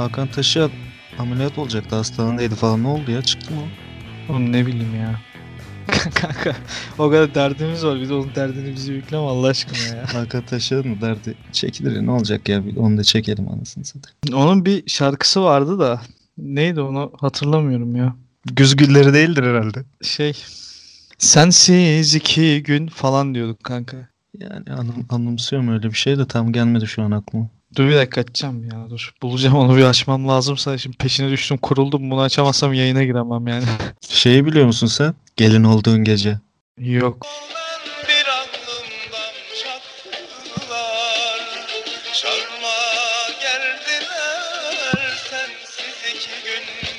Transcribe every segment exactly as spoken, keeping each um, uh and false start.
Hakan Taşıyan ameliyat olacaktı, hastanedeydi falan. Ne oldu ya? Çıktı mı o? Oğlum ne bileyim ya. Kanka o kadar derdimiz var, bir de onun derdini bize yükleme Allah aşkına ya. Hakan Taşıyan'ın derdi çekilir ya, ne olacak ya? Bir onu da çekelim anasını satayım. Onun bir şarkısı vardı da neydi onu hatırlamıyorum ya. Güz gülleri değildir herhalde. Şey, sensiz iki gün falan diyorduk kanka. Yani anım, anımsıyorum öyle bir şey de tam gelmedi şu an aklıma. Dur bir dakika, açacağım ya, dur. Bulacağım onu, bir açmam lazımsa, şimdi peşine düştüm kuruldum, bunu açamazsam yayına giremem yani. Şeyi biliyor musun sen? Gelin olduğun gece. Yok. Bir aklımdan çaktılar, çarma geldiler sensiz iki gün.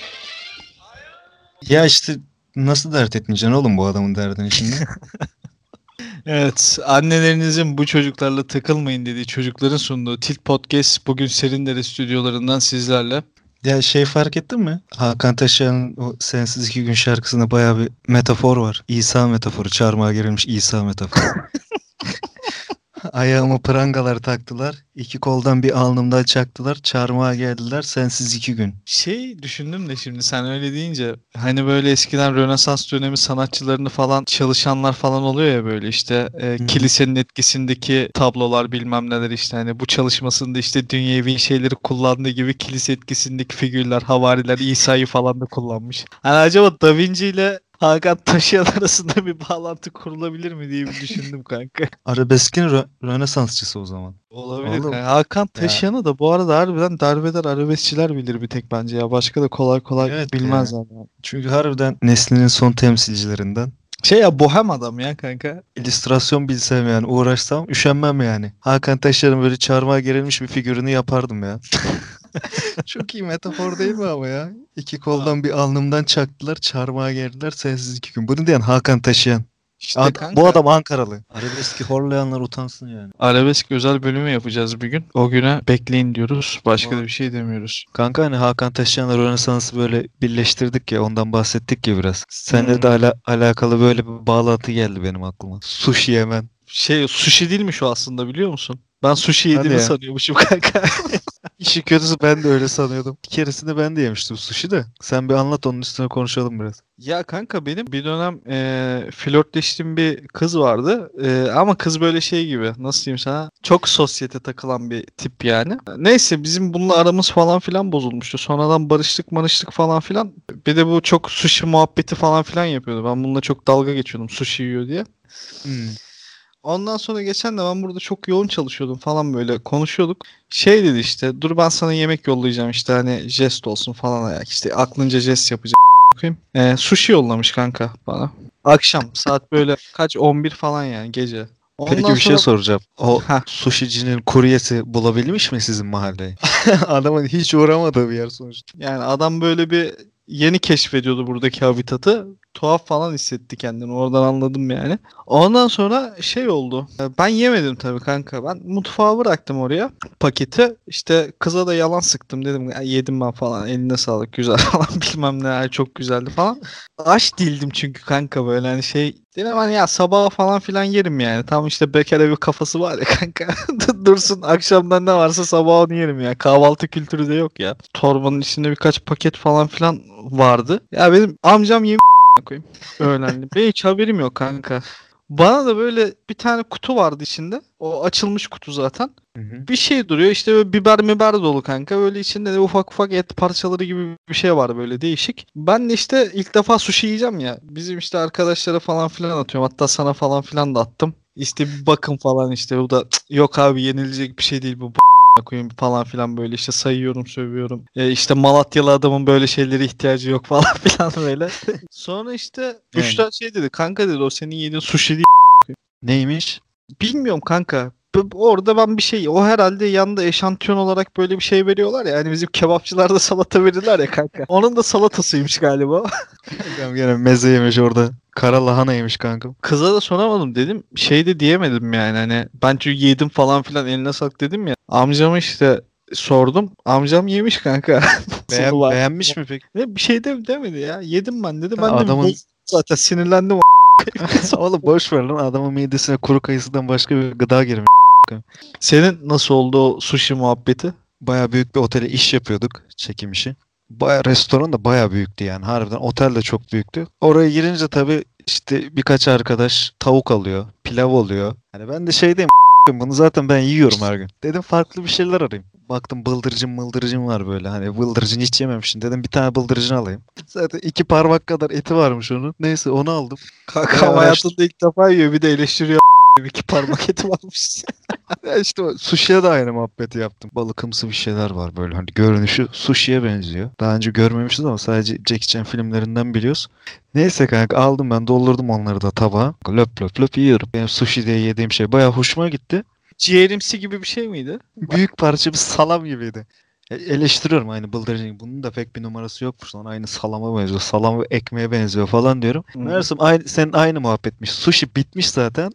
Ya işte nasıl dert etmeyeceksin oğlum bu adamın derdini şimdi? Evet, annelerinizin bu çocuklarla takılmayın dediği, çocukların sunduğu Tilt Podcast bugün Serindere stüdyolarından sizlerle. Ya şey fark ettin mi? Hakan Taşıyan'ın o Sensiz İki Gün şarkısında bayağı bir metafor var. İsa metaforu, çarmıha gerilmiş İsa metaforu. Ayağıma prangalar taktılar. İki koldan bir alnımdan çaktılar. Çarmıha geldiler sensiz iki gün. Şey düşündüm de şimdi sen öyle deyince, hani böyle eskiden Rönesans dönemi sanatçılarını falan çalışanlar falan oluyor ya, böyle işte e, Hı hı. kilisenin etkisindeki tablolar bilmem neler, işte hani bu çalışmasında işte dünyevi şeyleri kullandığı gibi kilise etkisindeki figürler, havariler, İsa'yı falan da kullanmış. Hani acaba Da Vinci ile Hakan Taşıyan arasında bir bağlantı kurulabilir mi diye bir düşündüm kanka. Arabeskin rö- Rönesansçısı o zaman. Olabilir Oğlum kanka. Hakan ya, Taşıyan'ı da bu arada harbiden derbeder arabeskçiler bilir bir tek bence ya. Başka da kolay kolay evet ya. bilmezler yani. Çünkü harbiden neslinin son temsilcilerinden. Şey ya, bohem adam ya kanka. İllüstrasyon bilsem yani, uğraşsam üşenmem yani. Hakan Taşıyan'ın böyle çarmıha gerilmiş bir figürünü yapardım ya. Çok iyi metafor değil mi ama ya? İki Aa, koldan bir alnımdan çaktılar, çarmıha geldiler sensiz iki gün. Bunu diyen Hakan Taşıyan. İşte Ad- bu kanka, adam Ankaralı. Arabeski horlayanlar utansın yani. arabesk özel bölümü yapacağız bir gün. O güne bekleyin diyoruz. Başka da Va- bir şey demiyoruz. Kanka hani Hakan Taşıyan'la Rönesans'ı böyle birleştirdik ya, ondan bahsettik ya biraz. Seninle de Hmm. ala- alakalı böyle bir bağlantı geldi benim aklıma. Sushi yemen. Şey, sushi değilmiş o aslında, biliyor musun? Ben sushi Hadi yediğimi ya. sanıyormuşum kanka. İşin kötüsü ben de öyle sanıyordum. Bir keresinde ben de yemiştim sushi de. Sen bir anlat, onun üstüne konuşalım biraz. Ya kanka, benim bir dönem eee flörtleştiğim bir kız vardı. Eee, ama kız böyle şey gibi, nasıl diyeyim sana, çok sosyete takılan bir tip yani. Neyse, bizim bununla aramız falan filan bozulmuştu. Sonradan barıştık manıştık falan filan. Bir de bu çok sushi muhabbeti falan filan yapıyordu. Ben bununla çok dalga geçiyordum sushi yiyor diye. Hmm. Ondan sonra geçen de ben burada çok yoğun çalışıyordum falan, böyle konuşuyorduk. Şey dedi işte, dur ben sana yemek yollayacağım işte, hani jest olsun falan, ayak işte aklınca jest yapacağım. Bakayım. Ee, sushi yollamış kanka bana. Akşam saat böyle kaç, on bir falan yani, gece. Peki Ondan bir şey sonra soracağım. O ha sushicinin kuryesi bulabilmiş mi sizin mahalleyi? Adamın hiç uğramadığı bir yer sonuçta. yani adam böyle bir yeni keşfediyordu buradaki habitatı. Tuhaf falan hissetti kendini. Oradan anladım yani. Ondan sonra şey oldu. E, Ben yemedim tabii kanka. Ben mutfağa bıraktım oraya paketi. İşte kıza da yalan sıktım. Dedim "Ya yedim ben falan. Eline sağlık, güzel" falan bilmem ne. Ay, çok güzeldi falan. Aç değildim çünkü kanka, böyle hani şey. Dedim hani ya sabaha falan filan yerim yani. Tam işte bekar evi kafası var ya kanka. Dursun, akşamdan ne varsa sabah onu yerim ya. Kahvaltı kültürü de yok ya. Torbanın içinde birkaç paket falan filan vardı. Ya benim amcam yemiş koyayım. Öğlenli. Benim hiç haberim yok kanka. Bana da böyle bir tane kutu vardı içinde. O açılmış kutu zaten. Hı hı. Bir şey duruyor işte, böyle biber miber dolu kanka. Böyle içinde de ufak ufak et parçaları gibi bir şey var, böyle değişik. Ben de işte ilk defa sushi yiyeceğim ya. Bizim işte arkadaşlara falan filan atıyorum. Hatta sana falan filan da attım. İşte bir bakın falan, işte bu da "Cık, yok abi, yenilecek bir şey değil bu bu koyayım" falan filan, böyle işte sayıyorum sövüyorum. E işte Malatyalı adamın böyle şeylere ihtiyacı yok falan filan böyle. Sonra işte Yani Büşra şey dedi, kanka dedi, o senin yediğin sushi değil. neymiş? Bilmiyorum kanka. B- Orada ben bir şey, o herhalde yanında eşantiyon olarak böyle bir şey veriyorlar ya. Hani bizim kebapçılarda salata verirler ya kanka. Onun da salatasıymış galiba. Adam gene meze yemiş orada. Kara lahana yemiş kankam. Kıza da soramadım, dedim. Şey de diyemedim yani, hani ben çünkü yedim falan filan, eline sağlık dedim ya. Amcama işte sordum. Amcam yemiş kanka. Nasıldı Beğen var? beğenmiş mi peki? Ve bir şey de demedi ya. Yedim ben dedi. Ha, Ben de bir adamın boz- zaten sinirlendim. oğlum boş ver lan, adamın midesine kuru kayısıdan başka bir gıda girmiş. Senin nasıl oldu o sushi muhabbeti? Baya büyük bir otele iş yapıyorduk. Çekim işi. Baya restoran da baya büyüktü yani. Harbiden otel de çok büyüktü. Oraya girince tabii işte birkaç arkadaş tavuk alıyor. Pilav oluyor. Hani ben de şeydeyim. Bunu zaten ben yiyorum her gün. Dedim farklı bir şeyler arayayım. Baktım bıldırcın mıldırcın var böyle. Hani bıldırcın hiç yememişim. Dedim bir tane bıldırcın alayım. Zaten iki parmak kadar eti varmış onun. Neyse onu aldım. Kankam Bayağı hayatında ilk defa yiyor, bir de eleştiriyor. iki parmak eti varmış. Ya işte o sushi'ye de aynı muhabbeti yaptım. Balıkımsı bir şeyler var böyle. Hani görünüşü sushi'ye benziyor. Daha önce görmemişiz ama sadece Jackie Chan filmlerinden biliyoruz. Neyse kanka aldım ben doldurdum onları da tabağa. Löp löp löp yiyorum. Benim sushi diye yediğim şey bayağı hoşuma gitti. Ciğerimsi gibi bir şey miydi? Büyük parça bir salam gibiydi. E- Eleştiriyorum aynı bıldırcın. Bunun da pek bir numarası yokmuş lan. Aynı salama benziyor. Salam ve ekmeğe benziyor falan diyorum. Hı. Meğersem aynı, senin aynı muhabbetmiş. Sushi bitmiş zaten.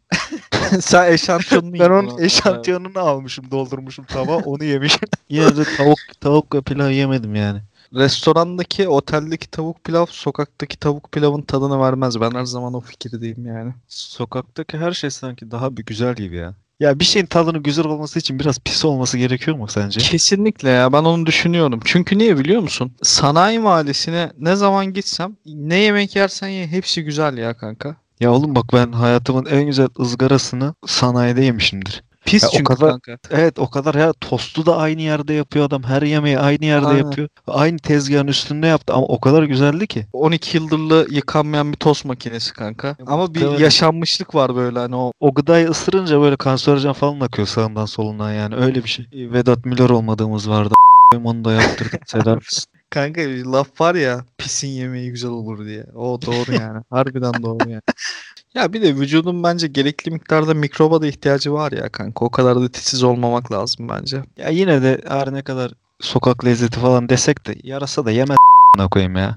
Sen eşantiyonunu Ben yedin onun onu. eşantiyonunu almışım, doldurmuşum tabağa, onu yemişim. Yine de tavuk tavuk ve pilav yemedim yani. Restorandaki, oteldeki tavuk pilav sokaktaki tavuk pilavın tadını vermez. Ben her zaman o fikirdeyim yani. Sokaktaki her şey sanki daha bir güzel gibi ya. Ya bir şeyin tadının güzel olması için biraz pis olması gerekiyor mu sence? Kesinlikle ya, ben onu düşünüyorum. Çünkü niye biliyor musun? Sanayi mahallesine ne zaman gitsem ne yemek yersen ye hepsi güzel ya kanka. Ya oğlum bak ben hayatımın en güzel ızgarasını sanayide yemişimdir. Ya Pis o çünkü kadar kanka. evet o kadar ya tostu da aynı yerde yapıyor adam. Her yemeği aynı yerde Aynen. yapıyor. Aynı tezgahın üstünde yaptı ama o kadar güzeldi ki. on iki yıldırlı yıkanmayan bir tost makinesi kanka. Ya Ama bir muhtemelen yaşanmışlık var böyle, hani o. o gıdayı ısırınca böyle kanserojen falan akıyor sağından solundan yani öyle bir şey. E, Vedat Milor olmadığımız vardı. Onu da yaptırdık. Selam. Kanka bir laf var ya, pisin yemeği güzel olur diye. O doğru yani. Harbiden doğru yani. Ya bir de vücudun bence gerekli miktarda mikroba da ihtiyacı var ya kanka. O kadar da titiz olmamak lazım bence. Ya yine de her ne kadar sokak lezzeti falan desek de yarasa da yemez koyayım ya.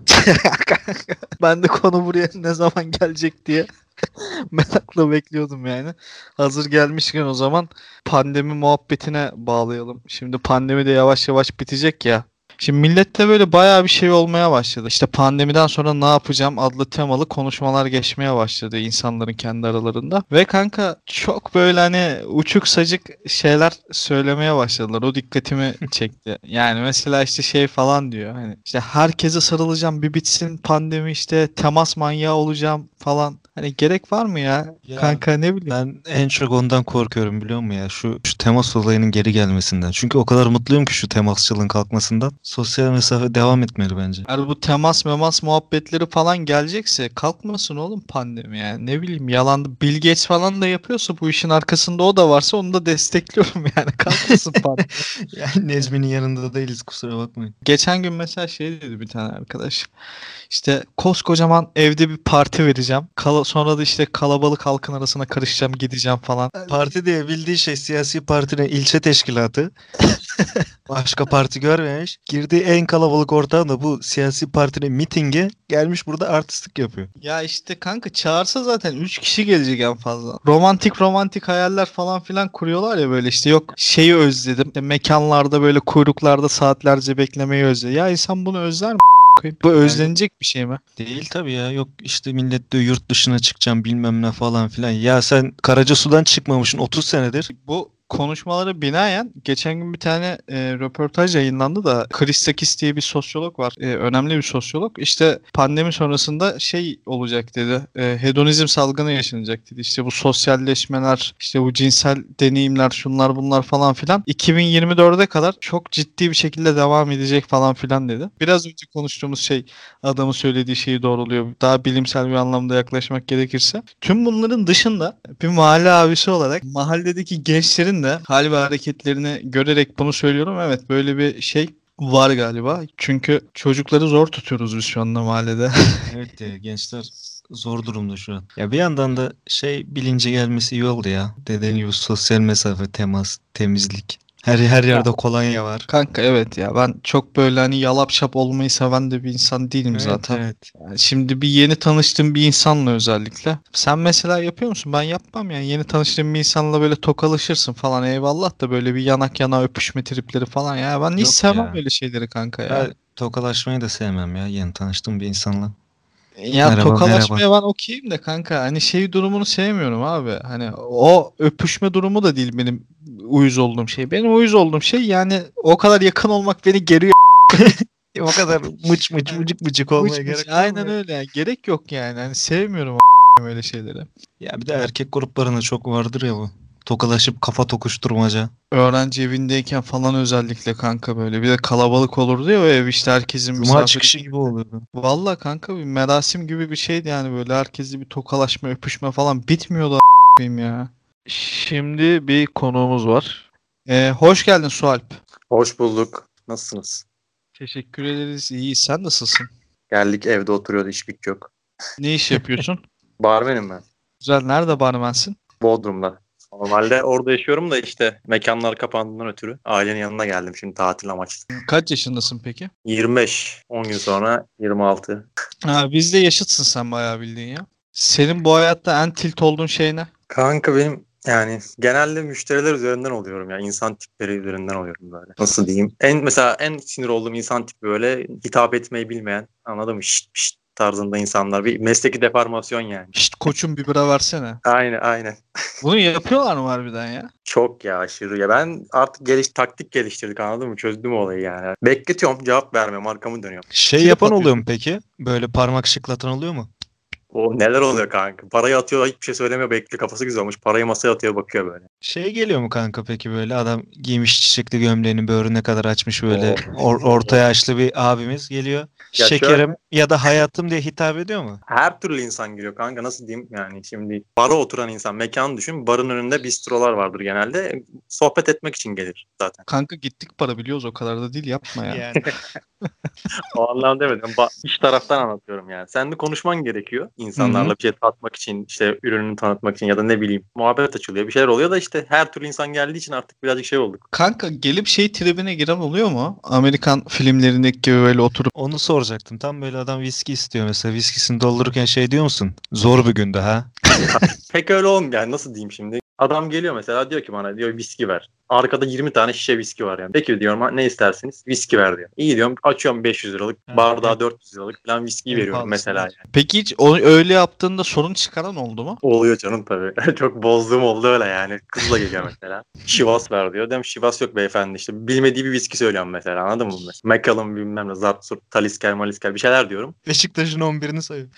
Ben de konu buraya ne zaman gelecek diye merakla bekliyordum yani. Hazır gelmişken o zaman pandemi muhabbetine bağlayalım. Şimdi pandemi de yavaş yavaş bitecek ya. Şimdi millette böyle bayağı bir şey olmaya başladı. İşte pandemiden sonra ne yapacağım adlı temalı konuşmalar geçmeye başladı insanların kendi aralarında. Ve kanka çok böyle hani uçuk sacık şeyler söylemeye başladılar. O dikkatimi çekti. Yani mesela işte şey falan diyor. Hani işte herkese sarılacağım, bir bitsin pandemi, işte temas manyağı olacağım falan. Hani gerek var mı ya? Ya Kanka ne bileyim. ben en çok ondan korkuyorum biliyor musun ya? Şu, şu temas olayının geri gelmesinden. Çünkü o kadar mutluyum ki şu temasçılığın kalkmasından. Sosyal mesafe devam etmeli bence. Eğer bu temas memas muhabbetleri falan gelecekse kalkmasın oğlum pandemi yani. Ne bileyim, yalan Bill Gates falan da yapıyorsa, bu işin arkasında o da varsa onu da destekliyorum yani. Kalkmasın pandemi. Yani Necmi'nin yanında değiliz kusura bakmayın. Geçen gün mesela şey dedi bir tane arkadaş. İşte koskocaman evde bir parti vereceğim. Kala- sonra da işte kalabalık halkın arasına karışacağım, gideceğim falan. Parti diye bildiği şey siyasi partinin ilçe teşkilatı. Başka parti görmemiş. Girdiği en kalabalık ortamda bu siyasi partinin mitingi gelmiş burada artistlik yapıyor. Ya işte kanka çağırsa zaten üç kişi gelecek en fazla. Romantik romantik hayaller falan filan kuruyorlar ya, böyle işte yok şeyi özledim. İşte mekanlarda böyle kuyruklarda saatlerce beklemeyi özledim. Ya insan bunu özler mi? a**ayım? Bu özlenecek bir şey mi? Değil tabii ya. Yok işte millet diyor yurt dışına çıkacağım bilmem ne falan filan. Ya sen Karacasu'dan çıkmamışsın otuz senedir. Bu konuşmalara binaen geçen gün bir tane e, röportaj yayınlandı da, Christakis diye bir sosyolog var. E, önemli bir sosyolog. İşte pandemi sonrasında şey olacak dedi. E, hedonizm salgını yaşanacak dedi. İşte bu sosyalleşmeler, işte bu cinsel deneyimler, şunlar bunlar falan filan iki bin yirmi dörde kadar çok ciddi bir şekilde devam edecek falan filan dedi. Biraz önce konuştuğumuz şey, adamın söylediği şeyi doğruluyor. Daha bilimsel bir anlamda yaklaşmak gerekirse. Tüm bunların dışında bir mahalle abisi olarak mahalledeki gençlerin de hal ve hareketlerini görerek bunu söylüyorum. Evet, böyle bir şey var galiba. Çünkü çocukları zor tutuyoruz biz şu anda mahallede. Evet ya gençler zor durumda şu an. Ya bir yandan da şey bilinci gelmesi iyi oldu ya. Dediğin gibi sosyal mesafe, temas, temizlik. Her her yerde kolonya var. Kanka evet ya, ben çok böyle hani yalap şap olmayı seven de bir insan değilim Evet zaten. evet. Yani şimdi bir yeni tanıştığım bir insanla özellikle. Sen mesela yapıyor musun? Ben yapmam yani. Yeni tanıştığım bir insanla böyle tokalaşırsın falan, eyvallah da böyle bir yanak yana öpüşme tripleri falan ya. Ben hiç Yok sevmem ya. böyle şeyleri kanka ya. Ben tokalaşmayı da sevmem ya yeni tanıştığım bir insanla. Ya Merhaba merhaba. tokalaşmaya ben okeyim de kanka, hani şey durumunu sevmiyorum abi. Hani o öpüşme durumu da değil benim uyuz olduğum şey? Benim uyuz olduğum şey yani o kadar yakın olmak beni geriyor. O kadar mıç mıç mıcık mıcık Mıç olmaya mıç. gerek var Aynen mı ya? öyle yani. Gerek yok yani. Hani sevmiyorum öyle şeyleri. Ya bir de erkek gruplarında çok vardır ya bu. Tokalaşıp kafa tokuşturmaca. Öğrenci evindeyken falan özellikle kanka böyle. Bir de kalabalık olurdu ya o ev işte herkesin Cuma misafiri. çıkışı gibi oluyordu. Valla kanka bir merasim gibi bir şeydi yani böyle herkesle bir tokalaşma öpüşme falan bitmiyordu a**ayım ya. Şimdi bir konuğumuz var. Ee, hoş geldin Sualp. Hoş bulduk. Nasılsınız? Teşekkür ederiz. İyi. Sen nasılsın? Geldik, evde oturuyordu, iş güç yok. Ne iş yapıyorsun? Barmenim ben. Güzel. Nerede barmensin? Bodrum'da. Normalde orada yaşıyorum da işte mekanlar kapandığından ötürü ailenin yanına geldim şimdi tatil amaçlı. Kaç yaşındasın peki? yirmi beş, on gün sonra yirmi altı. Ha, bizde yaşıtsın sen bayağı bildiğin ya. Senin bu hayatta en tilt olduğun şey ne? Kanka benim yani genelde müşteriler üzerinden oluyorum ya. İnsan tipleri üzerinden oluyorum böyle. Nasıl diyeyim? En mesela en sinir olduğum insan tipi böyle hitap etmeyi bilmeyen, anladın mı? Şşt şşt tarzında insanlar. Bir mesleki deformasyon yani. Şşt koçum bir bira versene. Aynen aynen. Bunu yapıyorlar mı harbiden ya? Çok ya, aşırı ya. Ben artık geliş taktik geliştirdik, anladın mı? Çözdüm olayı yani. Bekletiyorum, cevap vermiyorum, arkamı dönüyorum. Şey Trip yapan oluyor atıyorsun. mu peki? Böyle parmak şıklatan oluyor mu? O neler oluyor kanka? Parayı atıyor, hiçbir şey söylemiyor, bekliyor, kafası güzel olmuş. Parayı masaya atıyor, bakıyor böyle. Şey geliyor mu kanka peki böyle adam giymiş çiçekli gömleğini böğrüne kadar açmış böyle Oo. or- orta yaşlı bir abimiz geliyor. Ya Şekerim ya da hayatım diye hitap ediyor mu? Her türlü insan giriyor kanka, nasıl diyeyim yani, şimdi bara oturan insan, mekan düşün, barın önünde bistrolar vardır genelde, sohbet etmek için gelir zaten. Kanka gittik para biliyoruz o kadar da değil yapma ya. Yani O anlamda demedim, ba- iş taraftan anlatıyorum yani. Sen de konuşman gerekiyor insanlarla, bir şey satmak için, işte ürününü tanıtmak için ya da ne bileyim muhabbet açılıyor, bir şeyler oluyor da işte her türlü insan geldiği için artık birazcık şey olduk. Kanka gelip şey tribine giren oluyor mu? Amerikan filmlerindeki gibi böyle oturup onu soracaktım. Tam böyle adam viski istiyor mesela. Viskisini doldururken şey diyor musun? Zor bir günde ha? Pek öyle olmuyor yani, nasıl diyeyim şimdi. Adam geliyor mesela, diyor ki bana, diyor viski ver. Arkada yirmi tane şişe viski var yani. Peki diyorum, "Ha, ne istersiniz?" Viski ver diyor. İyi diyorum, açıyorum beş yüz liralık Ha, bardağa evet. dört yüz liralık falan viskiyi En veriyorum pahalısını mesela ver. yani. Peki hiç o, öyle yaptığında sorun çıkaran oldu mu? Oluyor canım tabii. Çok bozduğum oldu öyle yani. Kızla geliyor mesela. Şivas ver diyor. Diyorum Şivas yok beyefendi, işte bilmediği bir viski söylüyorum mesela, anladın mı? Macallan bilmem ne, Zart Surt, Talisker Malisker bir şeyler diyorum. Beşiktaş'ın on birini sayıyor.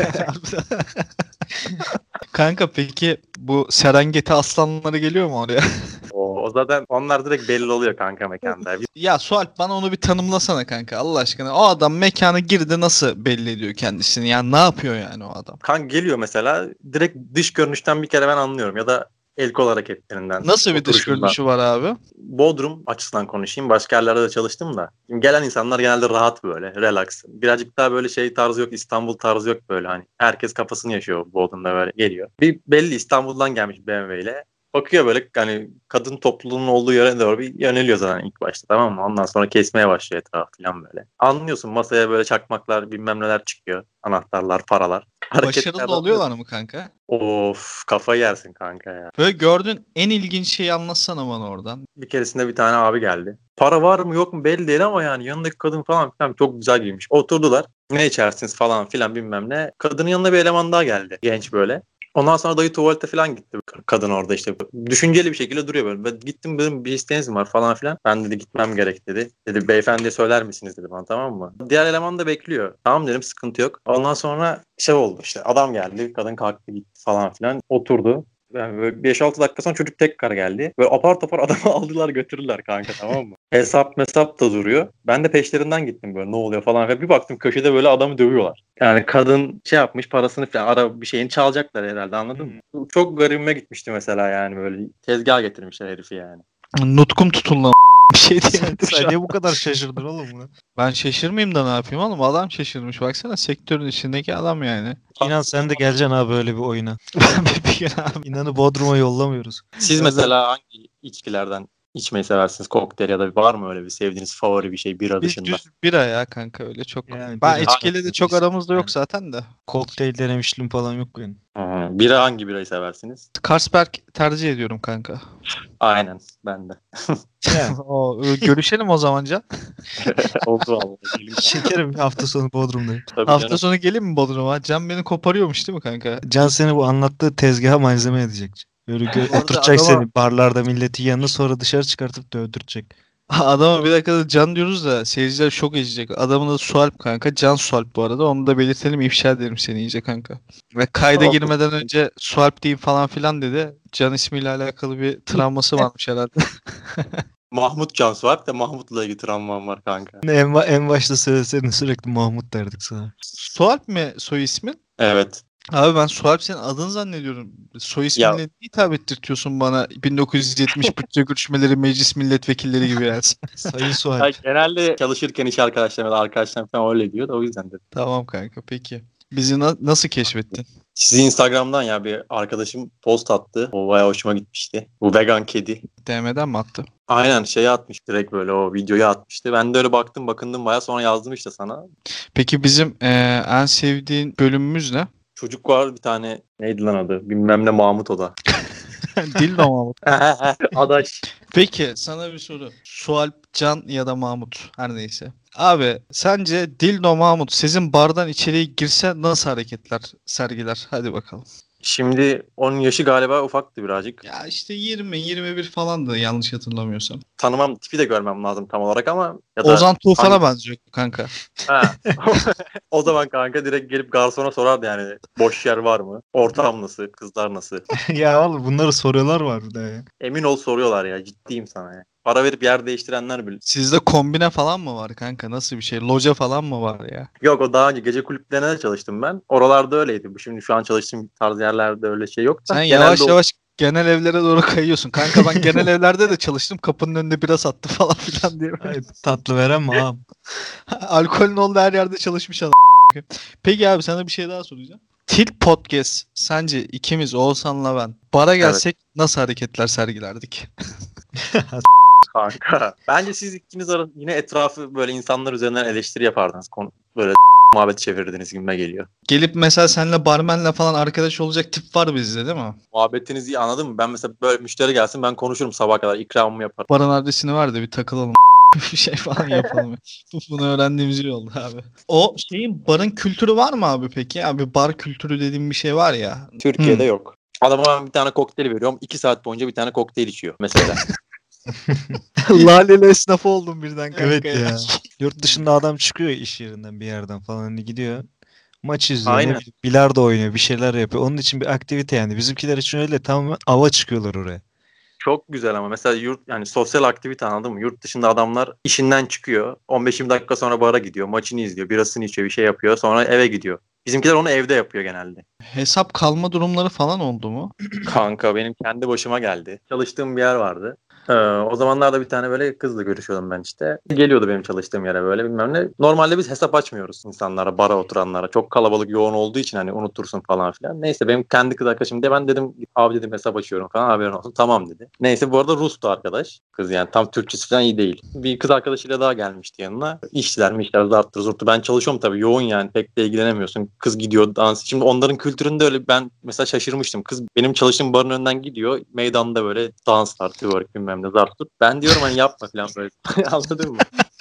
Kanka peki bu Serengeti aslanları geliyor mu oraya? O, o zaten onlar direkt belli oluyor kanka mekanda. Ya Sualp bana onu bir tanımlasana kanka Allah aşkına. O adam mekana girdi nasıl belli ediyor kendisini? Yani ne yapıyor yani o adam? Kanka geliyor mesela, direkt dış görünüşten bir kere ben anlıyorum ya da el kol hareketlerinden, Nasıl bir dış oturuşundan. görünüşü var abi? Bodrum açısından konuşayım. Başka yerlerde de çalıştım da. Şimdi gelen insanlar genelde rahat böyle, relax. Birazcık daha böyle şey tarzı yok, İstanbul tarzı yok böyle hani. Herkes kafasını yaşıyor Bodrum'da, böyle geliyor. Bir belli İstanbul'dan gelmiş B M W ile. Bakıyor böyle hani kadın topluluğunun olduğu yere doğru bir yöneliyor zaten ilk başta, tamam mı? Ondan sonra kesmeye başlıyor etrafı falan böyle. Anlıyorsun, masaya böyle çakmaklar bilmem neler çıkıyor. Anahtarlar, paralar. Hareketler Başarılı oluyorlar mı kanka? Of, kafayı yersin kanka ya. Böyle gördüğün en ilginç şeyi anlatsana bana oradan. Bir keresinde bir tane abi geldi. Para var mı yok mu belli değil ama yani yanındaki kadın falan filan çok güzel giymiş. Oturdular. Ne içersiniz falan filan bilmem ne. Kadının yanına bir eleman daha geldi. Genç böyle. Ondan sonra dayı tuvalete falan gitti. Kadın orada işte düşünceli bir şekilde duruyor böyle. Ben gittim, dedim bir isteğiniz mi var falan filan. Ben dedi gitmem gerek dedi. Dedi beyefendiye söyler misiniz dedi bana, tamam mı? Diğer eleman da bekliyor. Tamam dedim, sıkıntı yok. Ondan sonra şey oldu işte, adam geldi, kadın kalktı gitti falan filan. Oturdu. Yani böyle beş altı dakika sonra çocuk tekrar geldi. Böyle apar topar adamı aldılar götürürler kanka, tamam mı? Hesap mesap da duruyor. Ben de peşlerinden gittim böyle, ne oluyor falan. Ve bir baktım köşede böyle adamı dövüyorlar. Yani kadın şey yapmış, parasını falan, ara bir şeyini çalacaklar herhalde, anladın mı? Çok garibime gitmişti mesela yani, böyle tezgah getirmişler herifi yani. Nutkum tutuldu bir şey diyemedim şu Sen an. niye bu kadar şaşırdın oğlum buna? Ben şaşırmayayım da ne yapayım oğlum? Adam şaşırmış. Baksana sektörün içindeki adam yani. İnan sen de geleceksin abi böyle bir oyuna. Bir gün abi. İnanı Bodrum'a yollamıyoruz. Siz mesela hangi içkilerden içmeyi seversiniz? Kokteyl ya da var mı öyle bir sevdiğiniz favori bir şey bira Biz dışında? düz bira ya kanka öyle çok. Yani Ben bira. içkiyle de çok Biz- aramızda yok yani. zaten de. Kokteyl denemişliğim falan yok benim. Ha, bira, hangi birayı seversiniz? Carlsberg tercih ediyorum kanka. Aynen, ben de. Yani. O, görüşelim o zaman Can. Oldu vallahi. Gelin kanka. Şekerim hafta sonu Bodrum'dayım. Tabii Hafta canım. sonu geleyim mi Bodrum'a? Can beni koparıyormuş değil mi kanka? Can seni bu anlattığı tezgaha malzeme edecek. Böyle gö- Bu arada oturtacak adama- seni barlarda milletin yanına, sonra dışarı çıkartıp dövdürecek. Adama bir dakikada Can diyoruz da seyirciler şok edecek. Adamın adı Sualp kanka. Can Sualp bu arada. Onu da belirtelim, ifşa ederim seni iyice kanka. Ve kayda Tamam. girmeden önce Sualp diyeyim falan filan dedi. Can ismiyle alakalı bir travması varmış herhalde. Mahmut Cansu var da Mahmut'la ilgili travmam var kanka. En, ba- en başta söyleseydin sürekli Mahmut derdik sana. Sualp mi soy ismin? Evet. Abi ben Sualp senin adın zannediyorum. Soy isminle niye hitap ettirtiyorsun bana bin dokuz yüz yetmiş bütçe görüşmeleri meclis milletvekilleri gibi yani. Sayın Ya Sualp. genelde çalışırken iş arkadaşlarım, arkadaşlarım falan öyle diyor da o yüzden dedim. Tamam kanka peki. Bizi na- nasıl keşfettin? Sizi Instagram'dan ya bir arkadaşım post attı. O bayağı hoşuma gitmişti. Bu vegan kedi. D M'den mi attı? Aynen şeyi atmış direkt böyle o videoyu atmıştı. Ben de öyle baktım bakındım bayağı sonra yazdım işte sana. Peki bizim eee, en sevdiğin bölümümüz ne? Çocuk var bir tane neydi lan adı bilmem ne Mahmut o da. Dildo Mahmut. Adaş. Peki sana bir soru. Sualp, Can ya da Mahmut her neyse. Abi sence Dildo Mahmut sizin bardan içeriye girse nasıl hareketler sergiler? Hadi bakalım. Şimdi onun yaşı galiba ufaktı birazcık. Ya işte yirmi yirmi bir falandı yanlış hatırlamıyorsam. Tanımam tipi de görmem lazım tam olarak ama ya da Ozan Tufan'a hangi- benziyor kanka. Ha. O zaman kanka direkt gelip garsona sorardı yani boş yer var mı? Ortam nasıl? Kızlar nasıl? Ya oğlum bunları soruyorlar var bir de ya. Emin ol soruyorlar ya ciddiyim sana ya. Para verip yer değiştirenler bile. Sizde kombine falan mı var kanka? Nasıl bir şey? Loca falan mı var ya? Yok o daha önce gece kulüplerine de çalıştım ben. Oralarda öyleydi. Bu Şimdi şu an çalıştığım tarz yerlerde öyle şey yok da. Sen genelde yavaş o- yavaş genel evlere doğru kayıyorsun. Kanka ben genel evlerde de çalıştım. Kapının önünde bira sattı falan filan diye. Ay, tatlı veren mi ağam? Alkolün olduğu her yerde çalışmış adam. Peki abi sana bir şey daha soracağım. Tilt Podcast sence ikimiz Oğuzhan'la ben bara gelsek nasıl hareketler sergilerdik? Kanka. Bence siz ikiniz ara yine etrafı böyle insanlar üzerinden eleştiri yapardınız. Konu böyle muhabbet çevirirdiniz gibime geliyor. Gelip mesela seninle barmenle falan arkadaş olacak tip var bizde değil mi? Muhabbetinizi iyi anladın mı? Ben mesela böyle müşteri gelsin ben konuşurum sabaha kadar ikramımı yaparım. Barın adresini ver de bir takılalım. Bir şey falan yapalım. Bunu öğrendiğimiz iyi oldu abi. O şeyin barın kültürü var mı abi peki? Abi bar kültürü dediğim bir şey var ya. Türkiye'de Hı. yok. Adama ben bir tane kokteyl veriyorum. iki saat boyunca bir tane kokteyl içiyor mesela. Laleli esnafı oldum birden kanka. Evet ya. Yurt dışında adam çıkıyor iş yerinden bir yerden falan hani gidiyor. Maç izliyor, ne Aynen. bileyim, bilardo oynuyor, bir şeyler yapıyor. Onun için bir aktivite yani. Bizimkiler için öyle tamamen ava çıkıyorlar oraya. Çok güzel ama mesela yurt yani sosyal aktivite anladın mı? Yurt dışında adamlar işinden çıkıyor. on beş yirmi dakika sonra bara gidiyor. Maçını izliyor. Birasını içiyor. Bir şey yapıyor. Sonra eve gidiyor. Bizimkiler onu evde yapıyor genelde. Hesap kalma durumları falan oldu mu? Kanka benim kendi başıma geldi. Çalıştığım bir yer vardı. Ee, o zamanlarda bir tane böyle kızla görüşüyordum ben işte. Geliyordu benim çalıştığım yere böyle bilmem ne. Normalde biz hesap açmıyoruz insanlara, bara oturanlara. Çok kalabalık yoğun olduğu için hani unutursun falan filan. Neyse benim kendi kız arkadaşım diye ben dedim abi dedim hesap açıyorum falan haberin olsun. Tamam dedi. Neyse bu arada Rus'tu arkadaş. Kız yani tam Türkçesi falan iyi değil. Bir kız arkadaşıyla daha gelmişti yanına. İşçiler mi işler zarttır zurttu. Ben çalışıyorum tabii yoğun yani pek de ilgilenemiyorsun. Kız gidiyor dans. Şimdi onların kültüründe öyle ben mesela şaşırmıştım. Kız benim çalıştığım barın önünden gidiyor. Meydanda böyle danslar, twerk bilmem ne zart tut. Ben diyorum hani yapma falan böyle. Anladın mı?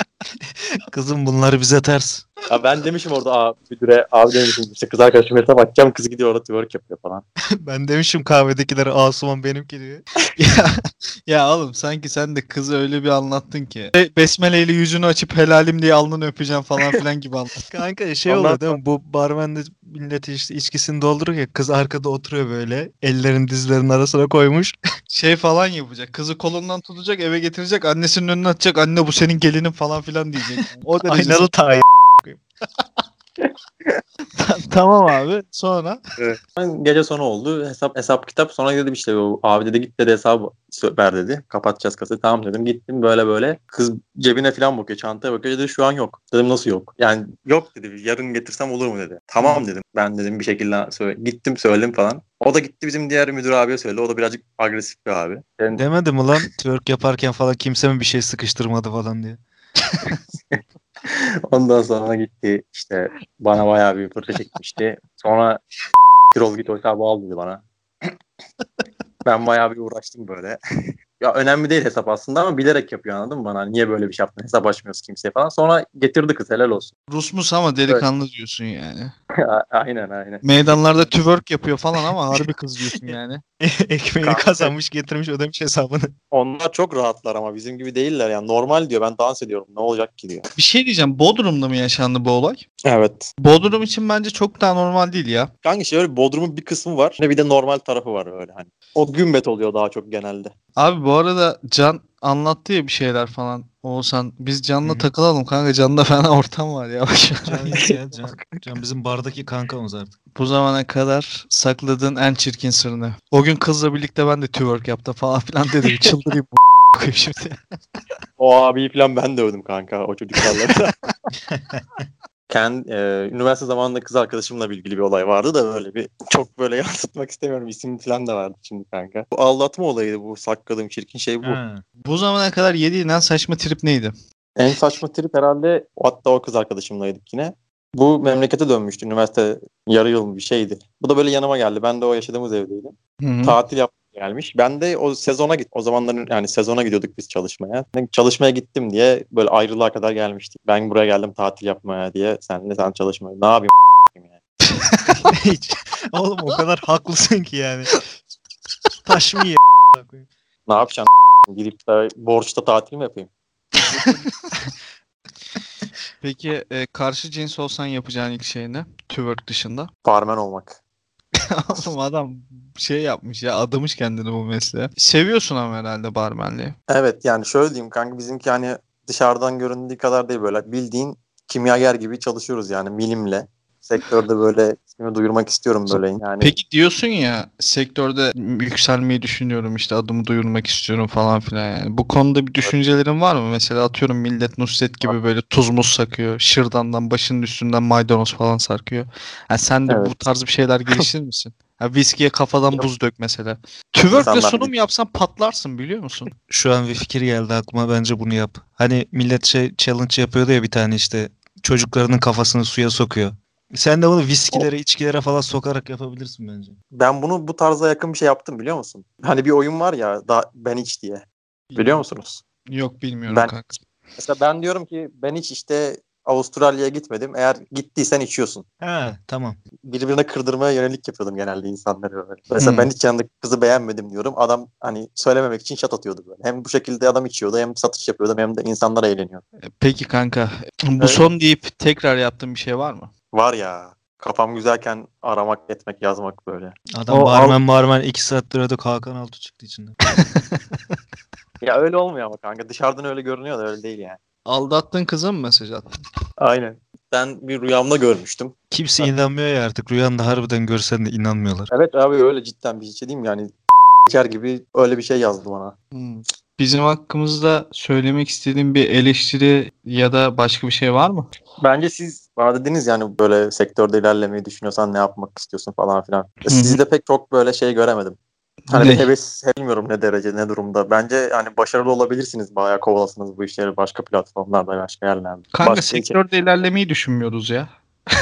Kızım bunları bize ters. Ya ben demişim orada abi müdüre abi demişim işte kız arkadaşım hesap açacağım kız gidiyor orada twerk yapıyor falan. Ben demişim kahvedekilere Asuman benimki diye. ya, ya oğlum sanki sen de kızı öyle bir anlattın ki. Be- Besmele ile yüzünü açıp helalim diye alnını öpeceğim falan filan gibi anlattın. Kanka şey Ondan oluyor değil mi? Bu barmen de milleti işte içkisini dolduruyor ya. Kız arkada oturuyor böyle. Ellerin dizlerinin arasına koymuş. Şey falan yapacak. Kızı kolundan tutacak eve getirecek. Annesinin önüne atacak. Anne bu senin gelinin falan filan diyecek. O derece. Aynalı tayin. Tamam abi. Sonra Ben gece sonu oldu hesap hesap kitap sonra dedim işte o abi dedi git dedi hesabı sö- ver dedi kapatacağız kasayı tamam dedim gittim böyle böyle kız cebine falan bakıyor çantaya bakıyor dedi şu an yok dedim nasıl yok yani yok dedi yarın getirsem olur mu dedi tamam dedim ben dedim bir şekilde söyle gittim söyledim falan o da gitti bizim diğer müdür abiye söyledi o da birazcık agresif bir abi. Yani Demedi mi lan twerk yaparken falan kimse mi bir şey sıkıştırmadı falan diye. ondan sonra gitti işte bana bayağı bir fırça çekmişti sonra Kirol git o hesabı al dedi bana. Ben bayağı bir uğraştım böyle. Ya önemli değil hesap aslında ama bilerek yapıyor anladın mı bana? Niye böyle bir şey yaptın? Hesap açmıyoruz kimseye falan. Sonra getirdi kız helal olsun. Rusmus ama delikanlı diyorsun yani. aynen aynen. Meydanlarda twerk yapıyor falan ama harbi kız diyorsun yani. Ekmeğini Kanka. kazanmış getirmiş ödemiş hesabını. Onlar çok rahatlar ama bizim gibi değiller yani. Normal diyor, ben dans ediyorum, ne olacak ki diyor. Bir şey diyeceğim. Bodrum'da mı yaşandı bu olay? Evet. Bodrum için bence çok daha normal değil ya. Kanka şöyle Bodrum'un bir kısmı var. Ne bir de normal tarafı var öyle hani. O gümbet oluyor daha çok genelde. Abi bu arada Can anlattı ya bir şeyler falan. Oğuzhan biz Can'la Hı hı. takılalım kanka. Can'da fena ortam var ya. Can yok ya Can. Can bizim bardaki kankamız artık. Bu zamana kadar sakladığın en çirkin sırrını. O gün kızla birlikte ben de twerk yaptım falan filan dedi. Bir çıldırayım bu şimdi. O abiyi falan ben de övdüm kanka o çocuklarla. Kendi, e, üniversite zamanında kız arkadaşımla ilgili bir olay vardı da böyle bir çok böyle yansıtmak istemiyorum. İsim falan da vardı şimdi kanka. Bu aldatma olayıydı, bu sakladığım çirkin şey bu. Ha. Bu zamana kadar yediğin en saçma trip neydi? En saçma trip herhalde hatta o kız arkadaşımlaydık yine. Bu memlekete dönmüştü. Üniversite yarı yıl bir şeydi. Bu da böyle yanıma geldi. Ben de o yaşadığımız evdeydim. Hı-hı. Tatil yap gelmiş. Ben de o sezona git. O zamanların yani sezona gidiyorduk biz çalışmaya. Ben çalışmaya gittim diye böyle ayrılığa kadar gelmiştik. Ben buraya geldim tatil yapmaya diye. Sen de sen çalışmaya. Ne yapayım yani. Hiç. Oğlum o kadar haklısın ki yani. Taş mı ye? Ne yapacaksın? Gidip de borçta tatil mi yapayım? Peki e, karşı cins olsan yapacağın ilk şey ne? Twerk dışında. Barmen olmak. Oğlum adam şey yapmış ya adamış kendini bu mesleğe. Seviyorsun ama herhalde barmenliği. Evet yani şöyle diyeyim kanka, bizimki hani dışarıdan göründüğü kadar değil, böyle bildiğin kimyager gibi çalışıyoruz yani milimle. Sektörde böyle ismimi duyurmak istiyorum böyle yani. Peki diyorsun ya sektörde yükselmeyi düşünüyorum işte adımı duyurmak istiyorum falan filan yani. Bu konuda bir düşüncelerin var mı? Mesela atıyorum millet Nusret gibi böyle tuz muz sakıyor. Şırdandan başının üstünden maydanoz falan sarkıyor. Yani sen de Evet. bu tarz bir şeyler geliştirir misin? Ha, viskiye kafadan buz dök mesela. Twerk'le İnsanlar sunum yapsan patlarsın biliyor musun? Şu an bir fikir geldi aklıma, bence bunu yap. Hani millet şey challenge yapıyordu ya bir tane, işte çocuklarının kafasını suya sokuyor. Sen de bunu viskilere, içkilere falan sokarak yapabilirsin bence. Ben bunu bu tarza yakın bir şey yaptım biliyor musun? Hani bir oyun var ya da Ben İç diye. Biliyor musunuz? Yok bilmiyorum Ben kanka. mesela ben diyorum ki ben hiç işte Avustralya'ya gitmedim. Eğer gittiysen içiyorsun. Ha tamam. Birbirine kırdırmaya yönelik yapıyordum genelde insanları böyle. Mesela Hmm. ben hiç yanındaki kızı beğenmedim diyorum. Adam hani söylememek için şat atıyordu böyle. Hem bu şekilde adam içiyordu, hem satış yapıyordu, hem de insanlar eğleniyor. Peki kanka bu Öyle. son deyip tekrar yaptığın bir şey var mı? Var ya, kafam güzelken aramak, etmek, yazmak böyle. Adam O al- barmen barmen iki saattir ödük, Hakan Altı çıktı içinden. Ya öyle olmuyor ama kanka. Dışarıdan öyle görünüyor da öyle değil yani. Aldattığın kıza mı mesaj attın? Aynen. Ben bir rüyamda görmüştüm. Kimse Ha. inanmıyor ya artık. Rüyanda harbiden görsen de inanmıyorlar. Evet abi, öyle cidden bir şey diyeyim mi? Yani geçer gibi öyle bir şey yazdı bana. Hmm. Bizim hakkımızda söylemek istediğin bir eleştiri ya da başka bir şey var mı? Bence siz bana dediniz yani böyle sektörde ilerlemeyi düşünüyorsan ne yapmak istiyorsun falan filan. hı. Sizde pek çok böyle şey göremedim. Hani Ne? bir heves, bilmiyorum ne derece, ne durumda. Bence yani başarılı olabilirsiniz. Bayağı kovalasınız bu işleri başka platformlarda, başka yerlerde. Kanka Başka içe- sektörde ilerlemeyi düşünmüyoruz ya.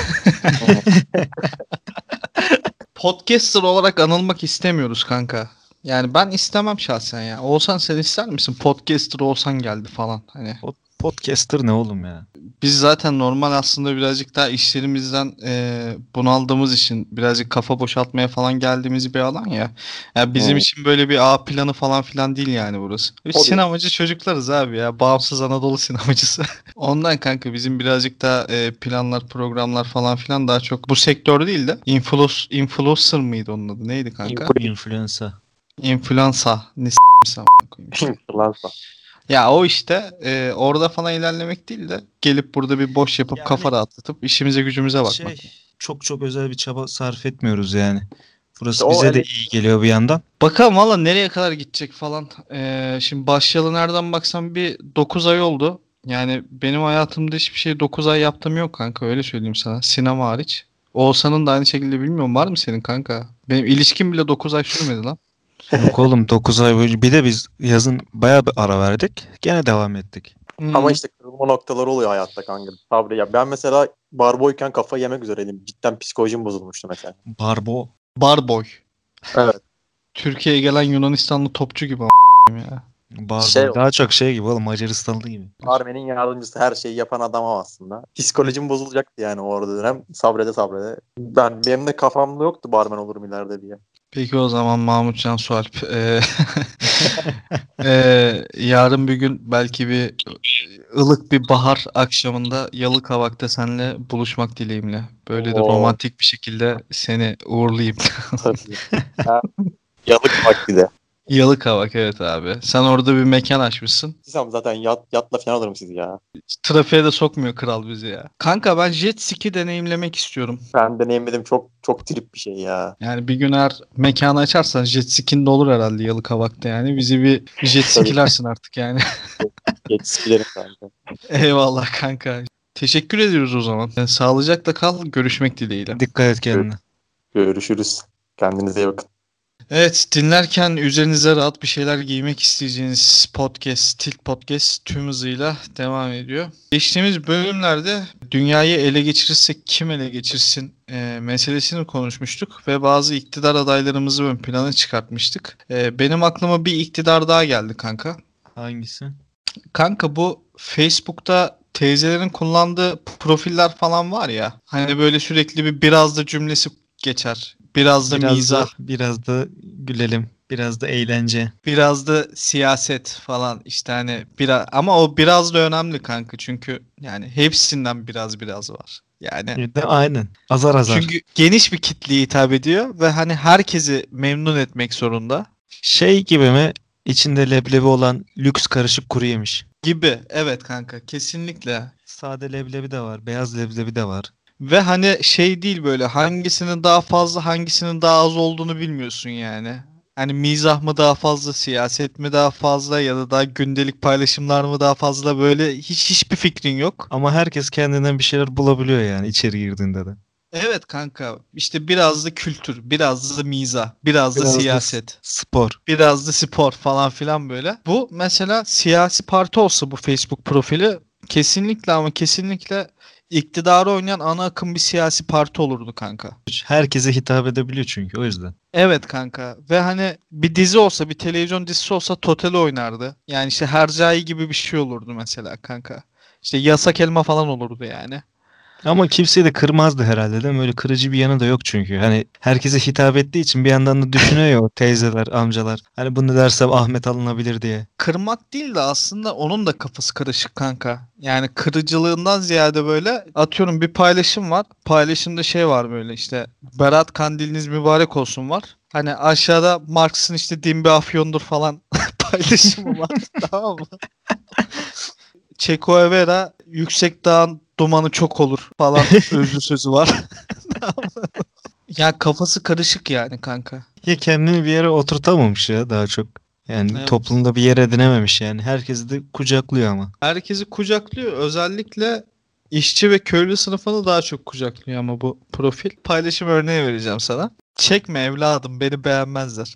Podcaster olarak anılmak istemiyoruz kanka. Yani ben istemem şahsen ya. Olsan sen ister misin? Podcaster olsan geldi falan. Hani Podcaster ne oğlum ya? biz zaten normal aslında birazcık daha işlerimizden e, bunaldığımız için birazcık kafa boşaltmaya falan geldiğimiz bir alan ya. Ya bizim Hmm. için böyle bir A planı falan filan değil yani burası. Biz O değil. sinemacı çocuklarız abi ya. Bağımsız Anadolu sinemacısı. Ondan kanka bizim birazcık daha e, planlar, programlar falan filan daha çok bu sektör değil de influencer, influencer mıydı onun adı? Neydi kanka? Influencer. Influenza. Ne s***sam koyayım işte. Influencer. Ya o işte e, orada falan ilerlemek değil de gelip burada bir boş yapıp Yani kafa rahatlatıp işimize gücümüze bakmak. Şey, çok çok özel bir çaba sarf etmiyoruz yani. Burası İşte o bize de ele- iyi geliyor bir yandan. Bakalım valla nereye kadar gidecek falan. E, şimdi başlayalı nereden baksam bir dokuz ay oldu. Yani benim hayatımda hiçbir şey dokuz ay yaptığım yok kanka, öyle söyleyeyim sana. Sinema hariç. Oğuzhan'ın da aynı şekilde bilmiyorum, var mı senin kanka? Benim ilişkim bile dokuz ay sürmedi lan. Yok oğlum, dokuz ay boyunca. Bir de biz yazın bayağı bir ara verdik. Gene devam ettik. Ama Hı. işte kırılma noktaları oluyor hayatta kanka. Sabri ya. Ben mesela barboyken kafayı yemek üzereydim. Cidden psikolojim bozulmuştu mesela. Barbo. Barboy. Evet. Türkiye'ye gelen Yunanistanlı topçu gibi a**ayım ya. Barbar. Şey- Daha çok şey gibi oğlum, Macaristanlı gibi. Barmenin yardımcısı, her şeyi yapan adam o aslında. Psikolojim bozulacaktı yani orada dönem. Sabrede sabrede. Ben, benim de kafamda yoktu barmen olurum ileride diye. Peki o zaman Mahmut Can Sualp. Ee, ee, yarın bir gün belki bir ılık bir bahar akşamında Yalıkavak'ta seninle buluşmak dileğimle. Böyle de Oo. romantik bir şekilde seni uğurlayayım. Tabii. Ha, Yalık vakti de. Yalıkavak, evet abi. Sen orada bir mekan açmışsın. Sizem zaten yat, yatla falan alırım sizi ya. Trafiğe de sokmuyor kral bizi ya. Kanka ben jet ski deneyimlemek istiyorum. Ben deneyimledim, çok çok trip bir şey ya. Yani bir gün eğer mekanı açarsan jet ski'nin de olur herhalde Yalıkavak'ta yani. Bizi bir jet Tabii. skilersin artık yani. Yetişkilerim kanka. Eyvallah kanka. Teşekkür ediyoruz o zaman. Yani sağlıcakla kal. Görüşmek dileğiyle. Dikkat et kendine. Görüşürüz. Kendinize iyi bakın. Evet, dinlerken üzerinize rahat bir şeyler giymek isteyeceğiniz podcast, Tilt Podcast tüm hızıyla devam ediyor. Geçtiğimiz bölümlerde dünyayı ele geçirirsek kim ele geçirsin e, meselesini konuşmuştuk ve bazı iktidar adaylarımızı ön plana çıkartmıştık. E, benim aklıma bir iktidar daha geldi kanka. Hangisi? Kanka bu Facebook'ta teyzelerin kullandığı profiller falan var ya. Hani böyle sürekli bir biraz da cümlesi geçer. Biraz da Biraz mizah. da, biraz da gülelim. Biraz da eğlence. Biraz da siyaset falan işte hani biraz, ama o biraz da önemli kanka çünkü yani hepsinden biraz biraz var. Yani Bir de aynen. Azar azar. çünkü geniş bir kitleye hitap ediyor ve hani herkesi memnun etmek zorunda Şey gibi mi? İçinde leblebi olan lüks karışık kuru yemiş. gibi. Evet kanka, kesinlikle. Sade leblebi de var. Beyaz leblebi de var. Ve hani şey değil, böyle hangisinin daha fazla hangisinin daha az olduğunu bilmiyorsun yani. Hani mizah mı daha fazla, siyaset mi daha fazla ya da daha gündelik paylaşımlar mı daha fazla, böyle hiç hiçbir fikrin yok. Ama herkes kendinden bir şeyler bulabiliyor yani içeri girdiğinde de. Evet kanka, işte biraz da kültür, biraz da mizah, biraz da Biraz da siyaset, spor. biraz da spor falan filan böyle. Bu mesela siyasi parti olsa bu Facebook profili kesinlikle ama kesinlikle iktidarı oynayan ana akım bir siyasi parti olurdu kanka. Herkese hitap edebiliyor çünkü o yüzden. Evet kanka, ve hani bir dizi olsa, bir televizyon dizisi olsa Total'i oynardı. Yani işte Hercai gibi bir şey olurdu mesela kanka. İşte Yasak Elma falan olurdu yani. Ama kimseyi de kırmazdı herhalde değil mi? Öyle kırıcı bir yanı da yok çünkü. Hani herkese hitap ettiği için bir yandan da düşünüyor ya o teyzeler, amcalar. Hani bunu dersem Ahmet alınabilir diye. Kırmak değil de aslında onun da kafası karışık kanka. Yani kırıcılığından ziyade böyle atıyorum bir paylaşım var. Paylaşımda şey var, böyle işte Berat Kandiliniz mübarek olsun var. Hani aşağıda Marx'ın işte din bir afyondur falan paylaşımı var. Tamam mı? Che Guevara yüksek dağın dumanı çok olur falan özlü sözü var. Ya kafası karışık yani kanka. Ya kendini bir yere oturtamamış ya daha çok. Yani Evet. toplumda bir yer edinememiş yani. Herkesi de kucaklıyor ama. Herkesi kucaklıyor. Özellikle işçi ve köylü sınıfını daha çok kucaklıyor ama bu profil. Paylaşım örneği vereceğim sana. Çekme evladım, beni beğenmezler.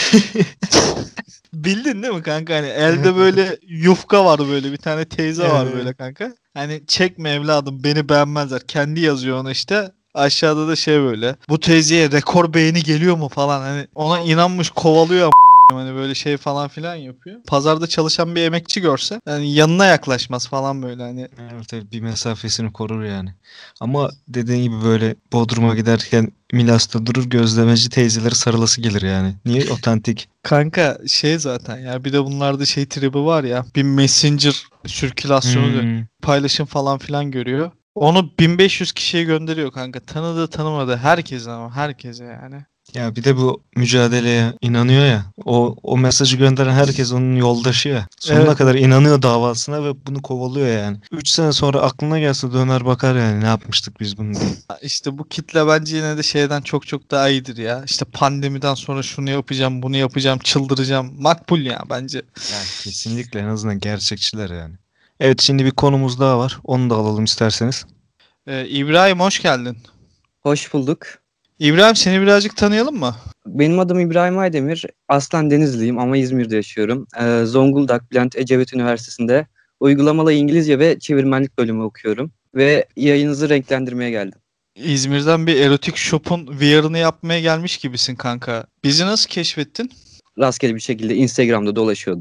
Bildin değil mi kanka? Hani elde böyle yufka var, böyle bir tane teyze var Evet. böyle kanka. Hani çekme evladım, beni beğenmezler. Kendi yazıyor ona işte. Aşağıda da şey böyle. Bu teyzeye rekor beğeni geliyor mu falan. Hani ona inanmış kovalıyor ama hani böyle şey falan filan yapıyor. Pazarda çalışan bir emekçi görse yani yanına yaklaşmaz falan böyle hani. Evet, evet, bir mesafesini korur yani. Ama dediğin gibi böyle Bodrum'a giderken Milas'ta durur, gözlemeci teyzeleri sarılası gelir yani. Niye? Otantik. Kanka şey zaten ya, bir de bunlarda şey tribi var ya, bir messenger sirkülasyonu dönüyor. Hmm. Paylaşım falan filan görüyor. Onu bin beş yüz kişiye gönderiyor kanka. Tanıdığı tanımadığı herkese, ama herkese yani. Ya bir de bu mücadeleye inanıyor ya. O o mesajı gönderen herkes onun yoldaşı ya. Sonuna Evet. kadar inanıyor davasına ve bunu kovalıyor yani. Üç sene sonra aklına gelse döner bakar yani ne yapmıştık biz bunu diye. İşte bu kitle bence yine de şeyden çok çok daha iyidir ya. İşte pandemiden sonra şunu yapacağım, bunu yapacağım, çıldıracağım. Makbul ya bence. Yani kesinlikle en azından gerçekçiler yani. Evet, şimdi bir konumuz daha var. Onu da alalım isterseniz. Ee, İbrahim hoş geldin. Hoş bulduk. İbrahim, seni birazcık tanıyalım mı? Benim adım İbrahim Aydemir. Aslen Denizliyim ama İzmir'de yaşıyorum. Ee, Zonguldak Bülent Ecevit Üniversitesi'nde uygulamalı İngilizce ve çevirmenlik bölümü okuyorum. Ve yayınınızı renklendirmeye geldim. İzmir'den bir erotik shop'un V R'ını yapmaya gelmiş gibisin kanka. Bizi nasıl keşfettin? Rastgele bir şekilde Instagram'da dolaşıyordum.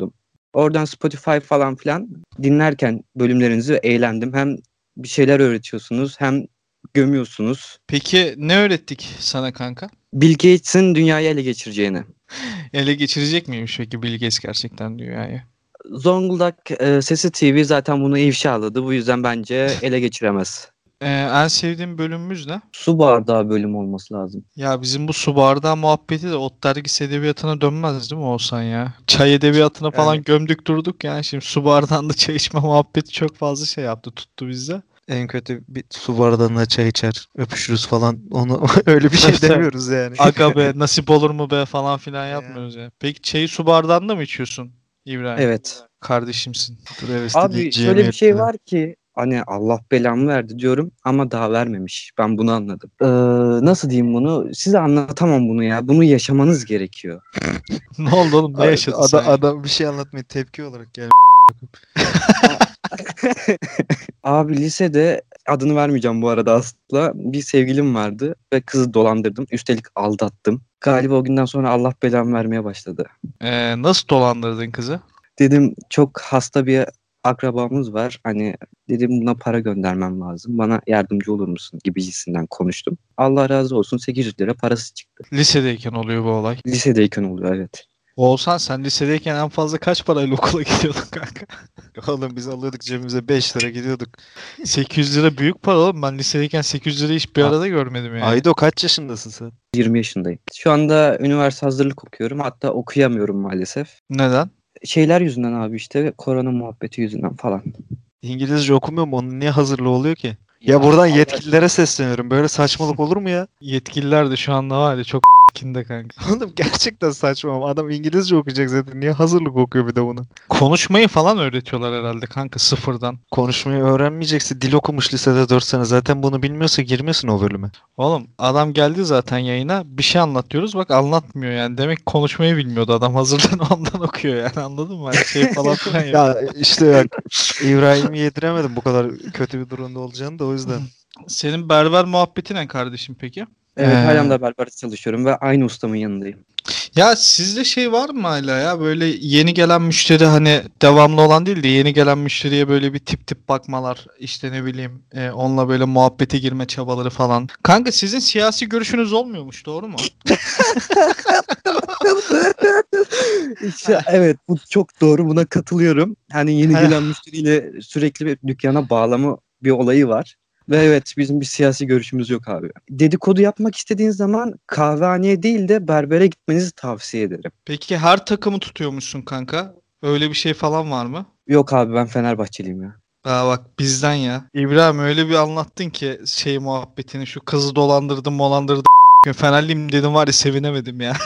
Oradan Spotify falan filan dinlerken bölümlerinizi eğlendim. Hem bir şeyler öğretiyorsunuz hem gömüyorsunuz. Peki ne öğrettik sana kanka? Bill Gates'in dünyayı ele geçireceğini. Ele geçirecek miymiş peki Bill Gates gerçekten dünyayı? Zonguldak e, Sesi T V zaten bunu ifşaladı. Bu yüzden bence ele geçiremez. Ee, en sevdiğim bölümümüz ne? Su bardağı bölüm olması lazım. Ya bizim bu su bardağı muhabbeti de ot dergisi edebiyatına dönmez değil mi Oğuzhan ya? Çay edebiyatına falan Yani- gömdük durduk yani şimdi su bardağında çay içme muhabbeti çok fazla şey yaptı tuttu bizde. En kötü bir su bardağında çay içer, öpüşürüz falan. Onu öyle bir şey Tabii, tabii. demiyoruz yani. Aga be nasip olur mu be falan filan yapmıyoruz ya. Peki çayı su bardağında mı içiyorsun İbrahim? Evet. Kardeşimsin. Dur hevesli Abi diyeceğimi şöyle bir şey yaptı. var ki hani Allah belamı verdi diyorum ama daha vermemiş. Ben bunu anladım. Ee, nasıl diyeyim bunu? Size anlatamam bunu ya. Bunu yaşamanız gerekiyor. Ne oldu oğlum ne yaşadın Adam, sen ya? adam bir şey anlatmaya tepki olarak geldi. Abi lisede adını vermeyeceğim bu arada asla. Bir sevgilim vardı ve kızı dolandırdım. Üstelik aldattım. Galiba o günden sonra Allah belamı vermeye başladı. Ee, nasıl dolandırdın kızı? Dedim çok hasta bir akrabamız var. Hani dedim buna para göndermem lazım. Bana yardımcı olur musun gibisinden konuştum. Allah razı olsun sekiz yüz lira parası çıktı. Lisedeyken oluyor bu olay. Lisedeyken oluyor evet. Oğuzhan sen lisedeyken en fazla kaç parayla okula gidiyordun kanka? Oğlum biz alıyorduk cebimize beş lira gidiyorduk. sekiz yüz lira büyük para oğlum. Ben lisedeyken sekiz yüz lirayı hiç bir A- arada görmedim yani. Aydo kaç yaşındasın sen? yirmi yaşındayım. Şu anda üniversite hazırlık okuyorum. Hatta okuyamıyorum maalesef. Neden? Şeyler yüzünden abi işte korona muhabbeti yüzünden falan. İngilizce okumuyor mu? Onun niye hazırlığı oluyor ki? Ya buradan yetkililere sesleniyorum. Böyle saçmalık olur mu ya? Yetkililer de şu anda var ya çok kinde kanka. Oğlum gerçekten saçma ama adam İngilizce okuyacak zaten. Niye hazırlık okuyor bir de bunu? Konuşmayı falan öğretiyorlar herhalde kanka sıfırdan. Konuşmayı öğrenmeyecekse dil okumuş lisede dört sene. Zaten bunu bilmiyorsa girmesin o bölüme. Oğlum adam geldi zaten yayına bir şey anlatıyoruz bak anlatmıyor yani. Demek konuşmayı bilmiyordu adam hazırdan ondan okuyor yani anladın mı? Hani şey falan filan yapıyor. Ya işte ya, İbrahim'i yediremedim bu kadar kötü bir durumda olacağını da o yüzden. Senin berber muhabbeti ne kardeşim peki? Evet Ee, halen de berberde çalışıyorum ve aynı ustamın yanındayım. Ya sizde şey var mı hala ya böyle yeni gelen müşteri hani devamlı olan değil de yeni gelen müşteriye böyle bir tip tip bakmalar işte ne bileyim e, onunla böyle muhabbete girme çabaları falan. Kanka sizin siyasi görüşünüz olmuyormuş doğru mu? İşte evet bu çok doğru buna katılıyorum. Hani yeni gelen müşteriyle sürekli bir dükkana bağlama bir olayı var. Ve evet bizim bir siyasi görüşümüz yok abi. Dedikodu yapmak istediğin zaman kahvehaneye değil de berbere gitmenizi tavsiye ederim. Peki her takımı tutuyormuşsun kanka. Öyle bir şey falan var mı? Yok abi ben Fenerbahçeliyim ya. Aa bak bizden ya. İbrahim öyle bir anlattın ki şey muhabbetini şu kızı dolandırdım molandırdım. Fenerliyim dedim var ya sevinemedim ya.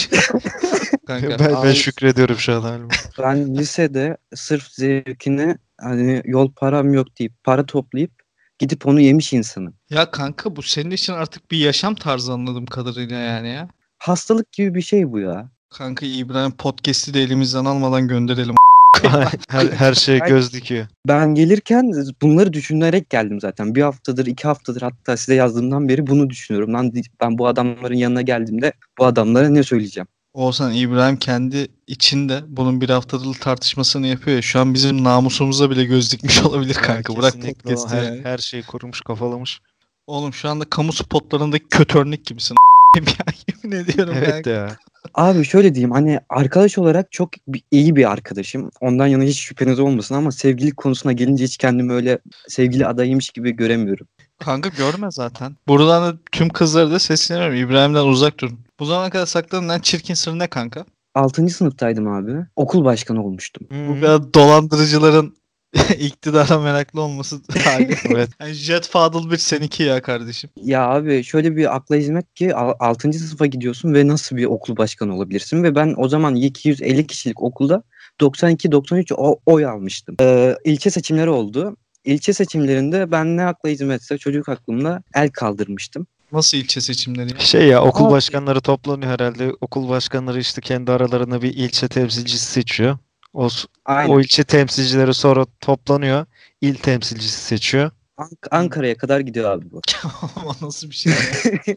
Kanka. Ben, ben Abi- şükrediyorum şu an halime. Ben lisede sırf zevkine hani yol param yok deyip para toplayıp gidip onu yemiş insanım. Ya kanka bu senin için artık bir yaşam tarzı anladığım kadarıyla yani ya. Hastalık gibi bir şey bu ya. Kanka İbrahim podcast'i de elimizden almadan gönderelim. her, her şeye göz dikiyor. Ben gelirken bunları düşünerek geldim zaten. Bir haftadır, iki haftadır hatta size yazdığımdan beri bunu düşünüyorum. Lan ben bu adamların yanına geldiğimde bu adamlara ne söyleyeceğim? Oğuzhan İbrahim kendi içinde bunun bir haftadır tartışmasını yapıyor ya. Şu an bizim namusumuza bile göz dikmiş olabilir kanka. Ya Bırak kesinlikle o podcast'i her, yani. her şeyi korumuş kafalamış. Oğlum şu anda kamu spotlarındaki kötü örnek gibisin. Ya, yemin ediyorum Evet kanka. ya. Abi şöyle diyeyim hani arkadaş olarak çok bir- iyi bir arkadaşım. Ondan yana hiç şüpheniz olmasın ama sevgili konusuna gelince hiç kendimi öyle sevgili adayıymış gibi göremiyorum. Kanka görme zaten. Buradan da tüm kızlara da sesleniyorum. İbrahim'den uzak durun. Bu zamana kadar sakladığın en çirkin sır ne kanka? altıncı sınıftaydım abi. Okul başkanı olmuştum. Bu kadar dolandırıcıların iktidara meraklı olması hali. Evet. Yani Jet Fadıl bir seninki ya kardeşim. Ya abi şöyle bir akla hizmet ki altıncı sınıfa gidiyorsun ve nasıl bir okul başkanı olabilirsin? Ve ben o zaman iki yüz elli kişilik okulda doksan iki doksan üç o- oy almıştım. Ee, ilçe seçimleri oldu. İlçe seçimlerinde ben ne akla hizmetse çocuk aklımla el kaldırmıştım. Nasıl ilçe seçimleri ya? Şey ya okul Abi- başkanları toplanıyor herhalde. Okul başkanları işte kendi aralarında bir ilçe temsilcisi seçiyor. O, Aynen. o ilçe temsilcileri sonra toplanıyor. İl temsilcisi seçiyor. Ank- Ankara'ya kadar gidiyor abi bu. O nasıl bir şey ya?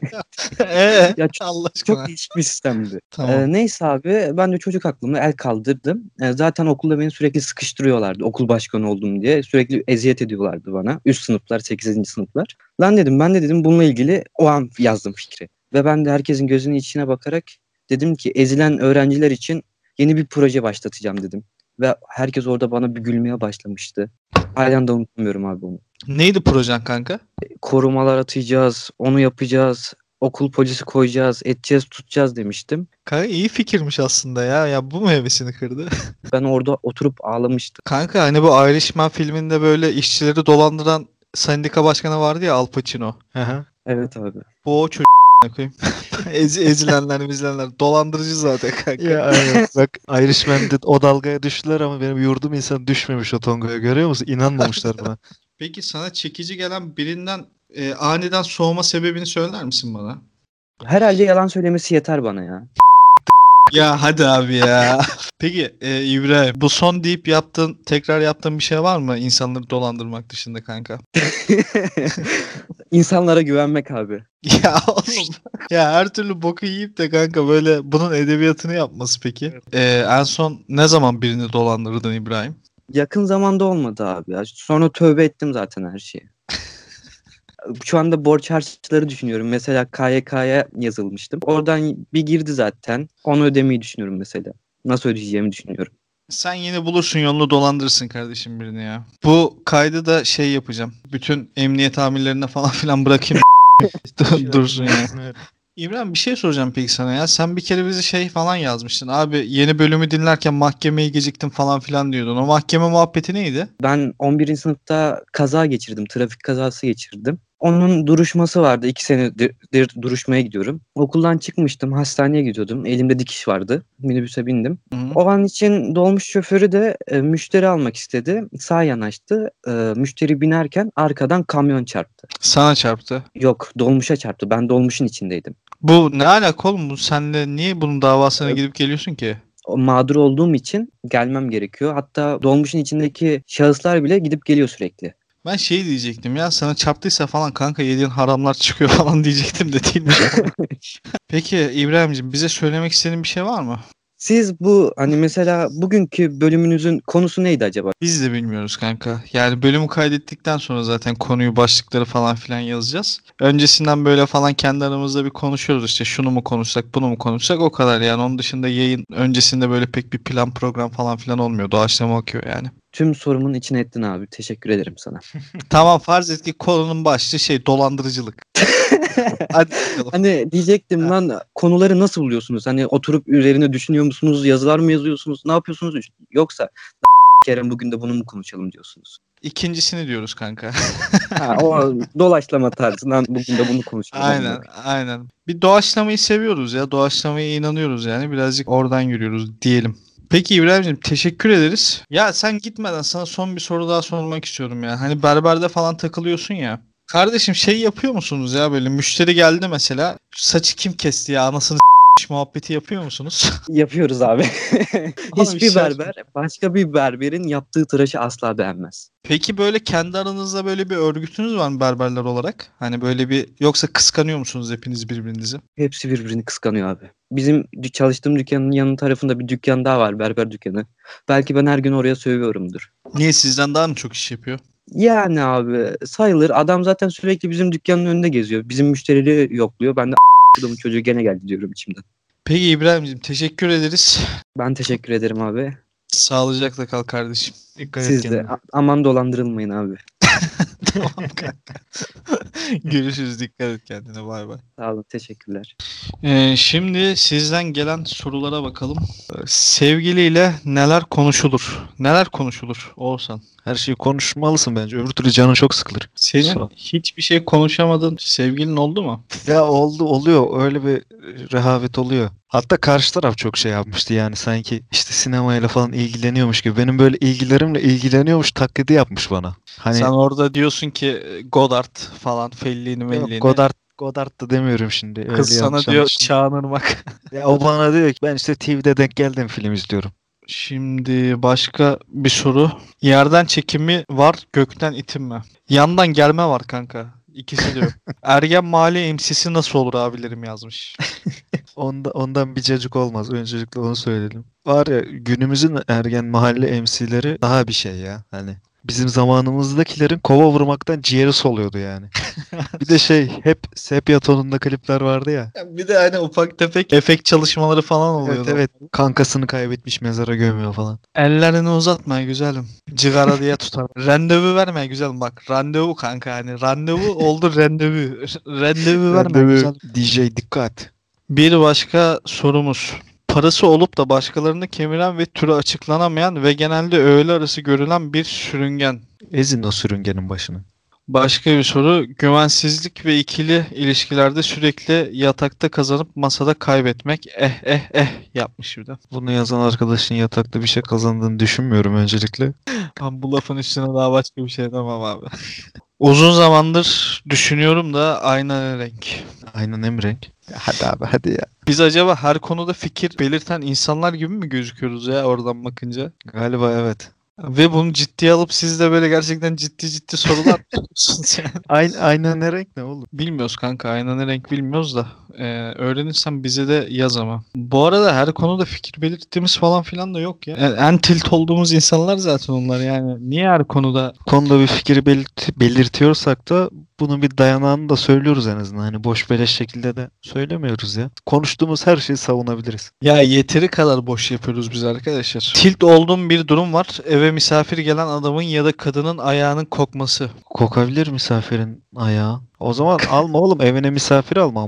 Eee Ya çok, Allah aşkına. çok değişik bir sistemdi. Tamam. Ee, neyse abi ben de çocuk aklımla el kaldırdım. Ee, zaten okulda beni sürekli sıkıştırıyorlardı. Okul başkanı oldum diye. Sürekli eziyet ediyorlardı bana. Üst sınıflar, sekizinci sınıflar. Lan dedim ben de dedim bununla ilgili o an yazdım fikri. Ve ben de herkesin gözünün içine bakarak dedim ki ezilen öğrenciler için yeni bir proje başlatacağım dedim. Ve herkes orada bana bir gülmeye başlamıştı. Halen de unutamıyorum abi onu. Neydi projen kanka? Korumalar atacağız, onu yapacağız, okul polisi koyacağız, edeceğiz, tutacağız demiştim. Kanka iyi fikirmiş aslında ya. Ya bu mu hevesini kırdı? Ben orada oturup ağlamıştım. Kanka hani bu Irishman filminde böyle işçileri dolandıran sendika başkanı vardı ya, Al Pacino. Hı hı. Evet abi. Bu o çocuk koyayım. Ezi, ezilenler, ezilenler. Dolandırıcı zaten kanka. Ya evet bak Irishman'de o dalgaya düştüler ama benim yurdum insan düşmemiş o Tonga'ya, görüyor musun? İnanmamışlar buna. Peki sana çekici gelen birinden e, aniden soğuma sebebini söyler misin bana? Herhalde yalan söylemesi yeter bana ya. Ya hadi abi ya. Peki e, İbrahim, bu son deyip yaptığın, tekrar yaptığın bir şey var mı insanları dolandırmak dışında kanka? İnsanlara güvenmek abi. Ya oğlum. Ya her türlü boku yiyip de kanka böyle bunun edebiyatını yapması peki. E, en son ne zaman birini dolandırdın İbrahim? Yakın zamanda olmadı abi ya. Sonra tövbe ettim zaten her şeyi. Şu anda borç harçları düşünüyorum. Mesela K Y K'ya yazılmıştım. Oradan bir girdi zaten. Onu ödemeyi düşünüyorum mesela. Nasıl ödeyeceğimi düşünüyorum. Sen yine bulursun yolunu, dolandırırsın kardeşim birini ya. Bu kaydı da şey yapacağım. Bütün emniyet amirlerine falan filan bırakayım. Dur- Dursun ya. Evet. İbrahim, bir şey soracağım peki sana ya. Sen bir kere bize şey falan yazmıştın. Abi yeni bölümü dinlerken mahkemeye geciktim falan filan diyordun. O mahkeme muhabbeti neydi? Ben on birinci sınıfta kaza geçirdim. Trafik kazası geçirdim. Onun duruşması vardı. İki senedir duruşmaya gidiyorum. Okuldan çıkmıştım. Hastaneye gidiyordum. Elimde dikiş vardı. Minibüse bindim. Hı hı. O an için dolmuş şoförü de e, müşteri almak istedi. Sağa yanaştı. E, müşteri binerken arkadan kamyon çarptı. Sana çarptı. Yok, dolmuşa çarptı. Ben dolmuşun içindeydim. Bu ne alaka oğlum? Bu senle niye bunun davasına Ee, gidip geliyorsun ki? O mağdur olduğum için gelmem gerekiyor. Hatta dolmuşun içindeki şahıslar bile gidip geliyor sürekli. Ben şey diyecektim ya, sana çarptıysa falan kanka yediğin haramlar çıkıyor falan diyecektim de değilmiş. Peki İbrahimciğim, bize söylemek istediğin bir şey var mı? Siz bu hani mesela bugünkü bölümünüzün konusu neydi acaba? Biz de bilmiyoruz kanka. Yani bölümü kaydettikten sonra zaten konuyu, başlıkları falan filan yazacağız. Öncesinden böyle falan kendi aramızda bir konuşuyoruz, işte şunu mu konuşsak, bunu mu konuşsak, o kadar yani. Onun dışında yayın öncesinde böyle pek bir plan program falan filan olmuyor. Doğaçlama akıyor yani. Tüm sorumun içine ettin abi. Teşekkür ederim sana. Tamam, farz et ki konunun başlığı şey dolandırıcılık. Hadi bakalım. Hani diyecektim lan konuları nasıl buluyorsunuz? Hani oturup üzerine düşünüyor musunuz? Yazılar mı yazıyorsunuz? Ne yapıyorsunuz? Yoksa Kerem bugün de bunu mu konuşalım diyorsunuz? İkincisini diyoruz kanka. Ha, o dolaşlama tarzından bugün de bunu konuşalım. Aynen, aynen. Bir doğaçlamayı seviyoruz ya. Doğaçlamaya inanıyoruz yani. Birazcık oradan yürüyoruz diyelim. Peki İbrahimciğim, teşekkür ederiz. Ya sen gitmeden sana son bir soru daha sormak istiyorum ya. Hani berberde falan takılıyorsun ya. Kardeşim şey yapıyor musunuz ya, böyle müşteri geldi mesela. Saçı kim kesti ya, anasını s**miş muhabbeti yapıyor musunuz? Yapıyoruz abi. Hiçbir şey- berber başka bir berberin yaptığı tıraşı asla beğenmez. Peki böyle kendi aranızda böyle bir örgütünüz var mı berberler olarak? Hani böyle bir, yoksa kıskanıyor musunuz hepiniz birbirinizi? Hepsi birbirini kıskanıyor abi. Bizim dü- çalıştığım dükkanın yanı tarafında bir dükkan daha var, berber dükkanı. Belki ben her gün oraya sövüyorumdur. Niye, sizden daha mı çok iş yapıyor? Yani abi sayılır. Adam zaten sürekli bizim dükkanın önünde geziyor. Bizim müşterileri yokluyor. Ben de adamın çocuğu gene geldi diyorum içimden. Peki İbrahimciğim, teşekkür ederiz. Ben teşekkür ederim abi. Sağlıcakla kal kardeşim. Dikkat et Siz de kendine. A- aman dolandırılmayın abi. Tamam kanka. Görüşürüz. Dikkat et kendine. Bay bay. Sağ olun, teşekkürler. Ee, şimdi sizden gelen sorulara bakalım. Ee, Sevgiliyle neler konuşulur? Neler konuşulur Oğuzhan? Her şeyi konuşmalısın bence. Öbür türlü canın çok sıkılır. Senin Sağ- hiçbir şey konuşamadığın sevgilin oldu mu? Ya oldu oluyor. Öyle bir rehavet oluyor. Hatta karşı taraf çok şey yapmıştı yani sanki işte sinemayla falan ilgileniyormuş gibi. Benim böyle ilgilerimle ilgileniyormuş taklidi yapmış bana. Hani Sen orada diyorsun ki Godard falan, Fellini yok, Mellini. Godard Godard da demiyorum şimdi. Öyle Kız sana yanlış diyor anlaşılma. Çağınırmak. Ya o bana diyor ki ben işte T V'de denk geldiğim film izliyorum. Şimdi başka bir soru. Yerden çekimi var, gökten itim mi? Yandan gelme var kanka. İkisi de yok. Ergen Mahalle M C'si nasıl olur abilerim yazmış. Onda, ondan bir cacık olmaz. Öncelikle onu söyledim. Var ya günümüzün ergen mahalle M C'leri daha bir şey ya. Hani bizim zamanımızdakilerin kova vurmaktan ciğeri soluyordu yani. Bir de şey hep sepya tonunda klipler vardı ya. Bir de hani ufak tefek efekt çalışmaları falan Evet oluyordu. evet kankasını kaybetmiş mezara gömüyor falan. Ellerini uzatma güzelim. Cigara diye tutar. Randevu verme güzelim bak. Randevu kanka hani. Randevu oldu randevu. Randevu verme güzelim. D J dikkat. Bir başka sorumuz. Parası olup da başkalarını kemiren ve türü açıklanamayan ve genelde öğle arası görülen bir sürüngen. Ezin o sürüngenin başını. Başka bir soru. Güvensizlik ve ikili ilişkilerde sürekli yatakta kazanıp masada kaybetmek. Eh eh eh yapmış bir de. Bunu yazan arkadaşın yatakta bir şey kazandığını düşünmüyorum öncelikle. Ben bu lafın üstüne daha başka bir şey demem abi. Uzun zamandır düşünüyorum da ayna ne renk? Aynen emrenk. Ya hadi abi hadi ya. Biz acaba her konuda fikir belirten insanlar gibi mi gözüküyoruz ya oradan bakınca? Galiba evet. Ve bunu ciddiye alıp siz de böyle gerçekten ciddi ciddi sorular soruyorsunuz yani. Aynen, aynen ne renk ne oğlum? Bilmiyoruz kanka. Ayna ne renk bilmiyoruz da. Ee, öğrenirsen bize de yaz ama. Bu arada her konuda fikir belirttiğimiz falan filan da yok ya. Yani en tilt olduğumuz insanlar zaten onlar yani. Niye her konuda? Konuda bir fikri belirt belirtiyorsak da bunun bir dayanağını da söylüyoruz en azından. Hani boş beleş şekilde de söylemiyoruz ya. Konuştuğumuz her şeyi savunabiliriz. Ya yeteri kadar boş yapıyoruz biz arkadaşlar. Tilt olduğum bir durum var. Eve misafir gelen adamın ya da kadının ayağının kokması. Kokabilir misafirin ayağı. O zaman alma oğlum evine misafir alma.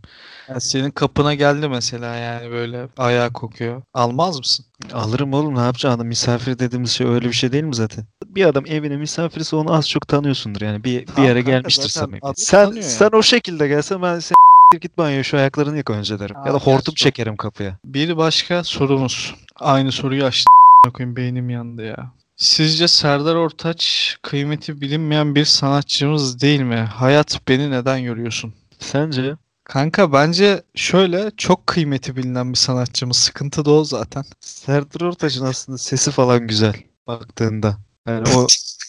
Ya senin kapına geldi mesela yani böyle ayağı kokuyor. Almaz mısın? Alırım oğlum ne yapacaksın? Misafir dediğimiz şey öyle bir şey değil mi zaten? Bir adam evine misafirse onu az çok tanıyorsundur yani. Bir, bir Tamam yere kanka, gelmiştir zaten samimi. adam Sen, tanıyor yani. sen o şekilde gelsen ben sen git banyoya şu ayaklarını yıka önce derim. Ya da Aa, hortum gerçi o- çekerim kapıya. Bir başka sorumuz. Aynı soruyu açtım. Koyayım beynim yandı ya. Sizce Serdar Ortaç kıymeti bilinmeyen bir sanatçımız değil mi? Hayat beni neden yoruyorsun? Sence? Kanka bence şöyle çok kıymeti bilinen bir sanatçımız. Sıkıntı da o zaten. Serdar Ortaç'ın aslında sesi falan güzel baktığında. Yani o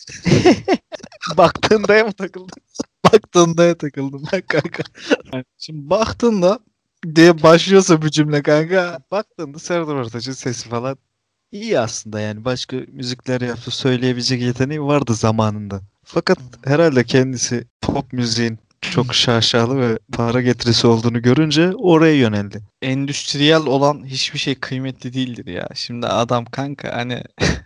baktığında mı takıldın? Baktığında ya takıldım ben kanka. Yani şimdi baktığında diye başlıyorsa bir cümle kanka. Baktığında Serdar Ortaç'ın sesi falan iyi aslında yani. Başka müzikler yaptı söyleyebilecek yeteneği vardı zamanında. Fakat herhalde kendisi pop müziğin çok şaşalı ve para getirisi olduğunu görünce oraya yöneldi. Endüstriyel olan hiçbir şey kıymetli değildir ya. Şimdi adam kanka hani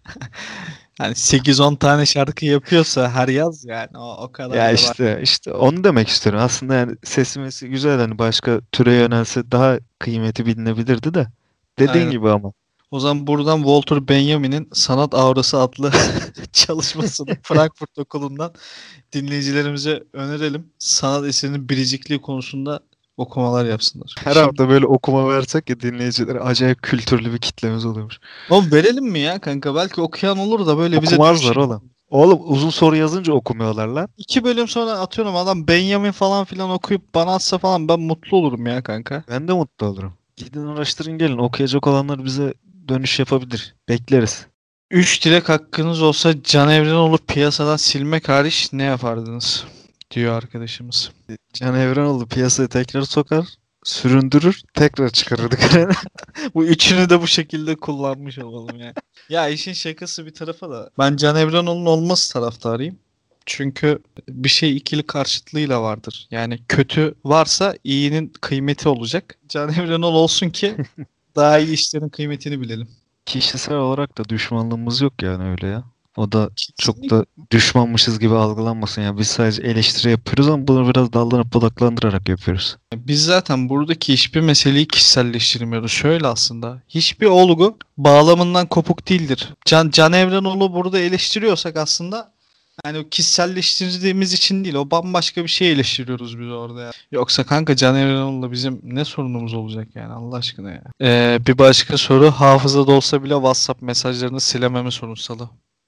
hani sekiz on tane şarkı yapıyorsa her yaz yani o, o kadar Ya da var. işte işte onu demek istiyorum. Aslında yani sesi mesi güzel hani başka türe yönelse daha kıymeti bilinebilirdi de. Dediğin Aynen. gibi ama. O zaman buradan Walter Benjamin'in Sanat Aurası adlı çalışmasını Frankfurt Okulu'ndan dinleyicilerimize önerelim. Sanat eserinin biricikliği konusunda okumalar yapsınlar. Her hafta böyle okuma versek ya dinleyicilere acayip kültürlü bir kitlemiz oluyormuş. Oğlum verelim mi ya kanka? Belki okuyan olur da böyle bize Okumazlar dönüş- oğlum. Oğlum uzun soru yazınca okumuyorlar lan. İki bölüm sonra atıyorum adam Benjamin falan filan okuyup bana atsa falan ben mutlu olurum ya kanka. Ben de mutlu olurum. Gidin araştırın gelin. Okuyacak olanlar bize dönüş yapabilir. Bekleriz. Üç dilek hakkınız olsa Can Evrenoğlu piyasadan silmek hariç ne yapardınız? Diyor arkadaşımız. Can Evrenoğlu piyasaya tekrar sokar, süründürür, tekrar çıkarırdık. Bu üçünü de bu şekilde kullanmış olalım yani. Ya işin şakası bir tarafa da ben Can Evrenoğlu'nun olması taraftarıyım. Çünkü bir şey ikili karşıtlığıyla vardır. Yani kötü varsa iyinin kıymeti olacak. Can Evrenoğlu olsun ki daha iyi işlerin kıymetini bilelim. Kişisel olarak da düşmanlığımız yok yani öyle ya. O da çok da düşmanmışız gibi algılanmasın ya. Biz sadece eleştiri yapıyoruz ama bunu biraz dallanıp budaklandırarak yapıyoruz. Biz zaten buradaki hiçbir meseleyi kişiselleştirmiyoruz. Şöyle aslında. Hiçbir olgu bağlamından kopuk değildir. Can, Can Evrenoğlu burada eleştiriyorsak aslında yani o kişiselleştirdiğimiz için değil. O bambaşka bir şey eleştiriyoruz biz orada ya. Yoksa kanka Can Evrenoğlu'la bizim ne sorunumuz olacak yani Allah aşkına ya. Ee, bir başka soru. Hafızada olsa bile WhatsApp mesajlarını silememe sorunsalı.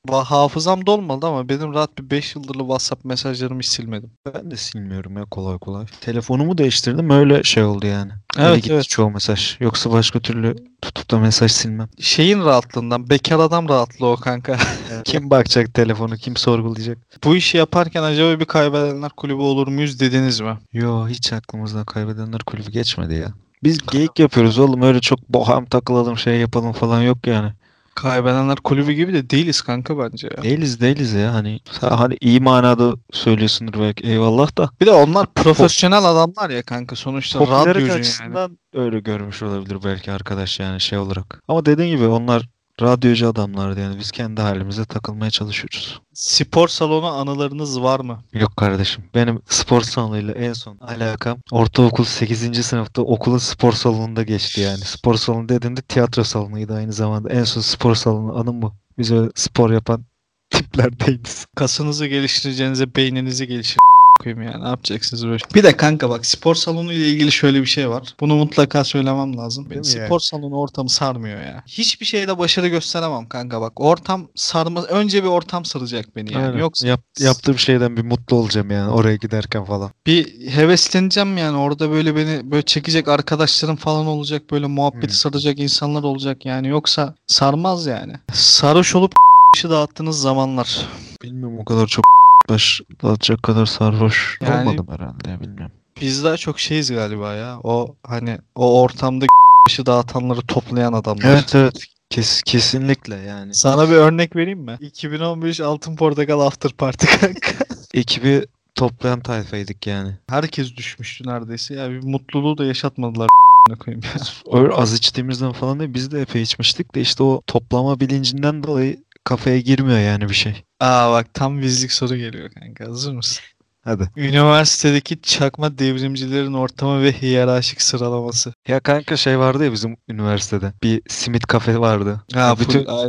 Va- Hafızam dolmadı ama benim rahat bir beş yıldır WhatsApp mesajlarımı hiç silmedim. Ben de silmiyorum ya kolay kolay. Telefonumu değiştirdim öyle şey oldu yani. Öyle Evet, gitti evet. çoğu mesaj. Yoksa başka türlü tutup da mesaj silmem. Şeyin rahatlığından, bekar adam rahatlığı o kanka. Kim bakacak telefonu, kim sorgulayacak? Bu işi yaparken acaba bir kaybedenler kulübü olur muyuz dediniz mi? Yo, hiç aklımızdan kaybedenler kulübü geçmedi ya. Biz geyik yapıyoruz oğlum, öyle çok bohem takılalım şey yapalım falan yok yani. Kaybedenler kulübü gibi de değiliz kanka bence ya. Değiliz değiliz ya, hani sen hani iyi manada söylüyorsundur belki, eyvallah da. Bir de onlar profesyonel adamlar ya kanka, sonuçta Popülerlik radyocu yani. açısından öyle görmüş olabilir belki arkadaş yani şey olarak. Ama dediğin gibi onlar radyocu adamlardı yani, biz kendi halimize takılmaya çalışıyoruz. Spor salonu anılarınız var mı? Yok kardeşim, benim spor salonuyla en son alakam ortaokul sekizinci sınıfta okulun spor salonunda geçti yani. Spor salonu dediğimde tiyatro salonuydu aynı zamanda. En son spor salonu anım bu. Biz öyle spor yapan tipler değiliz. Kasınızı geliştireceğinize beyninizi geliştir koyayım yani. Ne yapacaksınız böyle? Bir de kanka bak, spor salonu ile ilgili şöyle bir şey var. Bunu mutlaka söylemem lazım. Benim Değil mi spor yani? salonu ortamı sarmıyor ya. Hiçbir şeyde başarı gösteremem kanka bak. Ortam sarma, önce bir ortam saracak beni yani. Aynen. Yoksa Yap, yaptığım şeyden bir mutlu olacağım yani oraya giderken falan. bir hevesleneceğim yani, orada böyle beni böyle çekecek arkadaşlarım falan olacak, böyle muhabbeti Hmm. saracak insanlar olacak yani, yoksa sarmaz yani. Sarhoş olup işi dağıttığınız zamanlar. Bilmiyorum, o kadar çok baş dağıtacak kadar sarhoş Yani- olmadım herhalde ya, bilmiyorum. Biz daha çok şeyiz galiba ya. O hani o ortamda işi dağıtanları toplayan adamlar. Evet evet, kes, kesinlikle yani. Sana bir örnek vereyim mi? iki bin on beş Altın Portakal After Party kanka. Ekibi toplayan tayfaydık yani. Herkes düşmüştü neredeyse. Ya bir mutluluğu da yaşatmadılar koyayım ya. Öyle az içtiğimizden falan değil, biz de epey içmiştik de işte o toplama bilincinden dolayı kafaya girmiyor yani bir şey. Aa bak, tam bizlik soru geliyor kanka. Hazır mısın? Hadi. Üniversitedeki çakma devrimcilerin ortamı ve hiyerarşik sıralaması. Ya kanka şey vardı ya bizim üniversitede. Bir simit kafe vardı. Ha, Ya full, bütün aynen.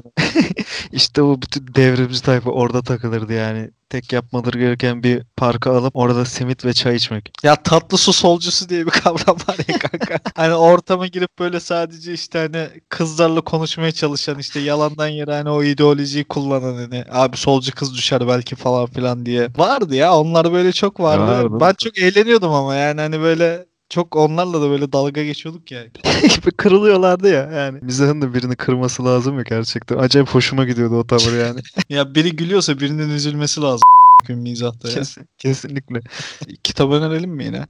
işte o bütün devrimci tayfa orada takılırdı yani. Tek yapmaları gereken bir parka alıp orada simit ve çay içmek. Ya tatlı su solcusu diye bir kavram var ya kanka. Hani ortama girip böyle sadece işte hani kızlarla konuşmaya çalışan, işte yalandan yere hani o ideolojiyi kullanan, hani abi solcu kız düşer belki falan filan diye. Vardı ya, onlar böyle çok vardı. Vardı. Ben çok eğleniyordum ama yani hani böyle çok onlarla da böyle dalga geçiyorduk ya. Gibi kırılıyorlardı ya yani. Mizahın da birini kırması lazım ya gerçekten. Acayip hoşuma gidiyordu o tavır yani. Ya biri gülüyorsa birinin üzülmesi lazım mizahta ya. Kesin, kesinlikle. Kitap önerelim mi yine?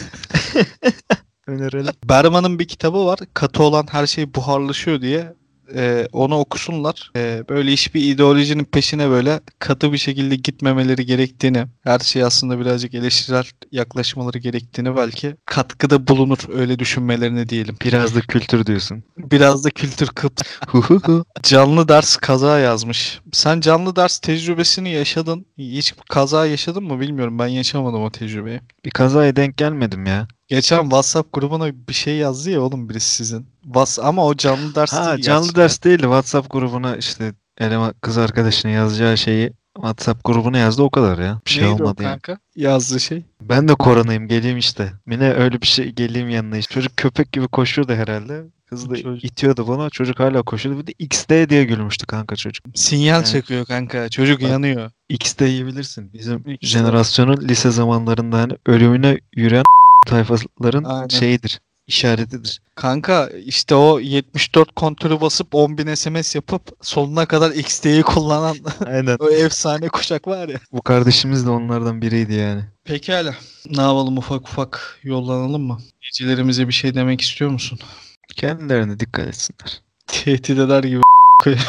Önerelim. Berman'ın bir kitabı var. Katı olan her şey buharlaşıyor diye. Ee, onu okusunlar. Ee, böyle hiçbir ideolojinin peşine böyle katı bir şekilde gitmemeleri gerektiğini, her şey aslında birazcık eleştirel yaklaşmaları gerektiğini, belki katkıda bulunur öyle düşünmelerini diyelim. Biraz da kültür diyorsun. Biraz da kültür kıt. Hu hu hu. Canlı ders kaza yazmış. Sen canlı ders tecrübesini yaşadın. Hiç kaza yaşadın mı bilmiyorum. Ben yaşamadım o tecrübeyi. Bir kazaya denk gelmedim ya. Geçen WhatsApp grubuna bir şey yazdı ya oğlum birisi sizin. Vas ama o canlı ders Ha, değil canlı gerçekten. ders değil de WhatsApp grubuna işte eleman kız arkadaşının yazacağı şeyi WhatsApp grubuna yazdı, o kadar ya. Bir şey Neydi o olmadı yani. kanka? Yazdığı şey. Ben de koronayım geleyim işte. Mine öyle bir şey, geleyim yanına işte. Çocuk köpek gibi koşuyordu herhalde. Kız da Çocuk- itiyordu bana. Çocuk hala koşuyordu. Bir de X D diye gülmüştü kanka çocuk. Sinyal Evet. çakıyor kanka. Çocuk Bak- yanıyor. X D'yi bilirsin. Bizim X D. jenerasyonun lise zamanlarında hani ölümüne yürüyen tayfaların Aynen. şeyidir. İşaretidir. Kanka işte o yetmiş dört kontürü basıp on bin S M S yapıp sonuna kadar X D'yi kullanan Aynen. o efsane kuşak var ya. Bu kardeşimiz de onlardan biriydi yani. Pekala. Ne yapalım, ufak ufak yollanalım mı? Gecelerimize bir şey demek istiyor musun? Kendilerine dikkat etsinler. Tehdit eder gibi koyayım.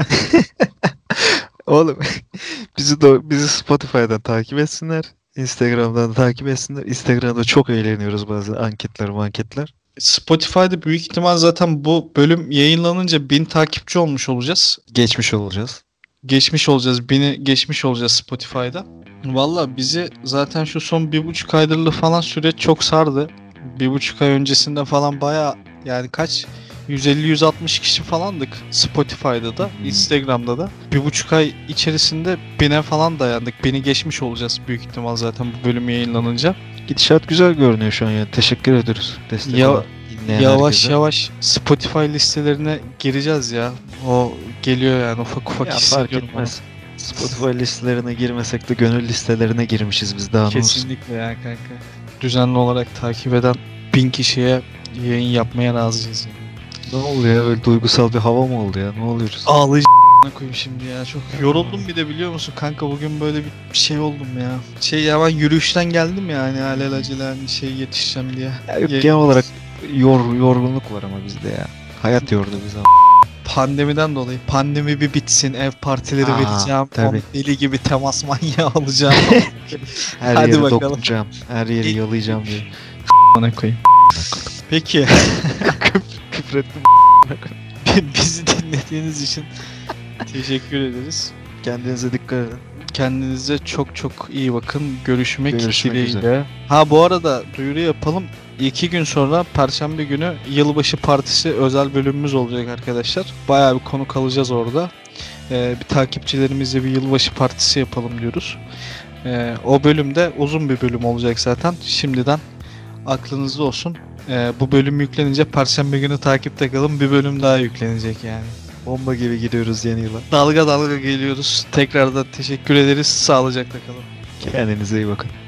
Oğlum bizi de bizi Spotify'dan takip etsinler. Instagram'dan da takip etsinler. Instagram'da çok eğleniyoruz bazı anketler, anketler. Spotify'da büyük ihtimal zaten bu bölüm yayınlanınca bin takipçi olmuş olacağız. Geçmiş olacağız. Geçmiş olacağız. Bini geçmiş olacağız Spotify'da. Valla bizi zaten şu son bir buçuk aydır falan süreç çok sardı. Bir buçuk ay öncesinde falan baya, yani kaç? yüz elli yüz altmış kişi falandık Spotify'da da, Hmm. Instagram'da da. Bir buçuk ay içerisinde bine falan dayandık. Bini geçmiş olacağız büyük ihtimal zaten bu bölüm yayınlanınca. Gidişat güzel görünüyor şu an yani. Teşekkür ediyoruz. Destek Ya- olan, dinleyen Yavaş herkese. yavaş Spotify listelerine gireceğiz ya. O geliyor yani ufak ufak Ya fark hissediyorum onu. etmez. Spotify listelerine girmesek de gönül listelerine girmişiz biz, daha ne olsun. Kesinlikle ya kanka. Düzenli olarak takip eden bin kişiye yayın yapmaya razıyız yani. Ne oluyor, öyle duygusal bir hava mı oldu ya, ne oluyoruz? Ağlayacağım koyayım şimdi ya. Çok yoruldum bir de, biliyor musun kanka, bugün böyle bir şey oldum ya. Şey ya, ben yürüyüşten geldim ya hani alelacele hani şey yetişeceğim diye. Ya yok, Ye- genel olarak yor, yorgunluk var ama bizde ya. Hayat yordu bizi ama. Pandemiden dolayı. Pandemi bir bitsin, ev partileri Aa, vereceğim. tabii. Onun deli gibi temas manyağı alacağım. Her Hadi yeri bakalım. dokunacağım, her yeri yalayacağım diye. Bana koyayım. Peki. Küfrettim. Bizi dinlediğiniz için teşekkür ederiz. Kendinize dikkat edin. Kendinize çok çok iyi bakın. Görüşmek, Görüşmek dileğiyle. üzere. Ha bu arada duyuru yapalım. İki gün sonra Perşembe günü Yılbaşı Partisi özel bölümümüz olacak arkadaşlar. Bayağı bir konuk alacağız orada. Ee, bir takipçilerimizle bir Yılbaşı Partisi yapalım diyoruz. Ee, o bölümde uzun bir bölüm olacak zaten. Şimdiden aklınızda olsun. Ee, bu bölüm yüklenince Perşembe günü takipte kalın. Bir bölüm daha yüklenecek yani. Bomba gibi gidiyoruz yeni yıla. Dalga dalga geliyoruz. Tekrardan teşekkür ederiz. Sağlıcakla kalın. Kendinize iyi bakın.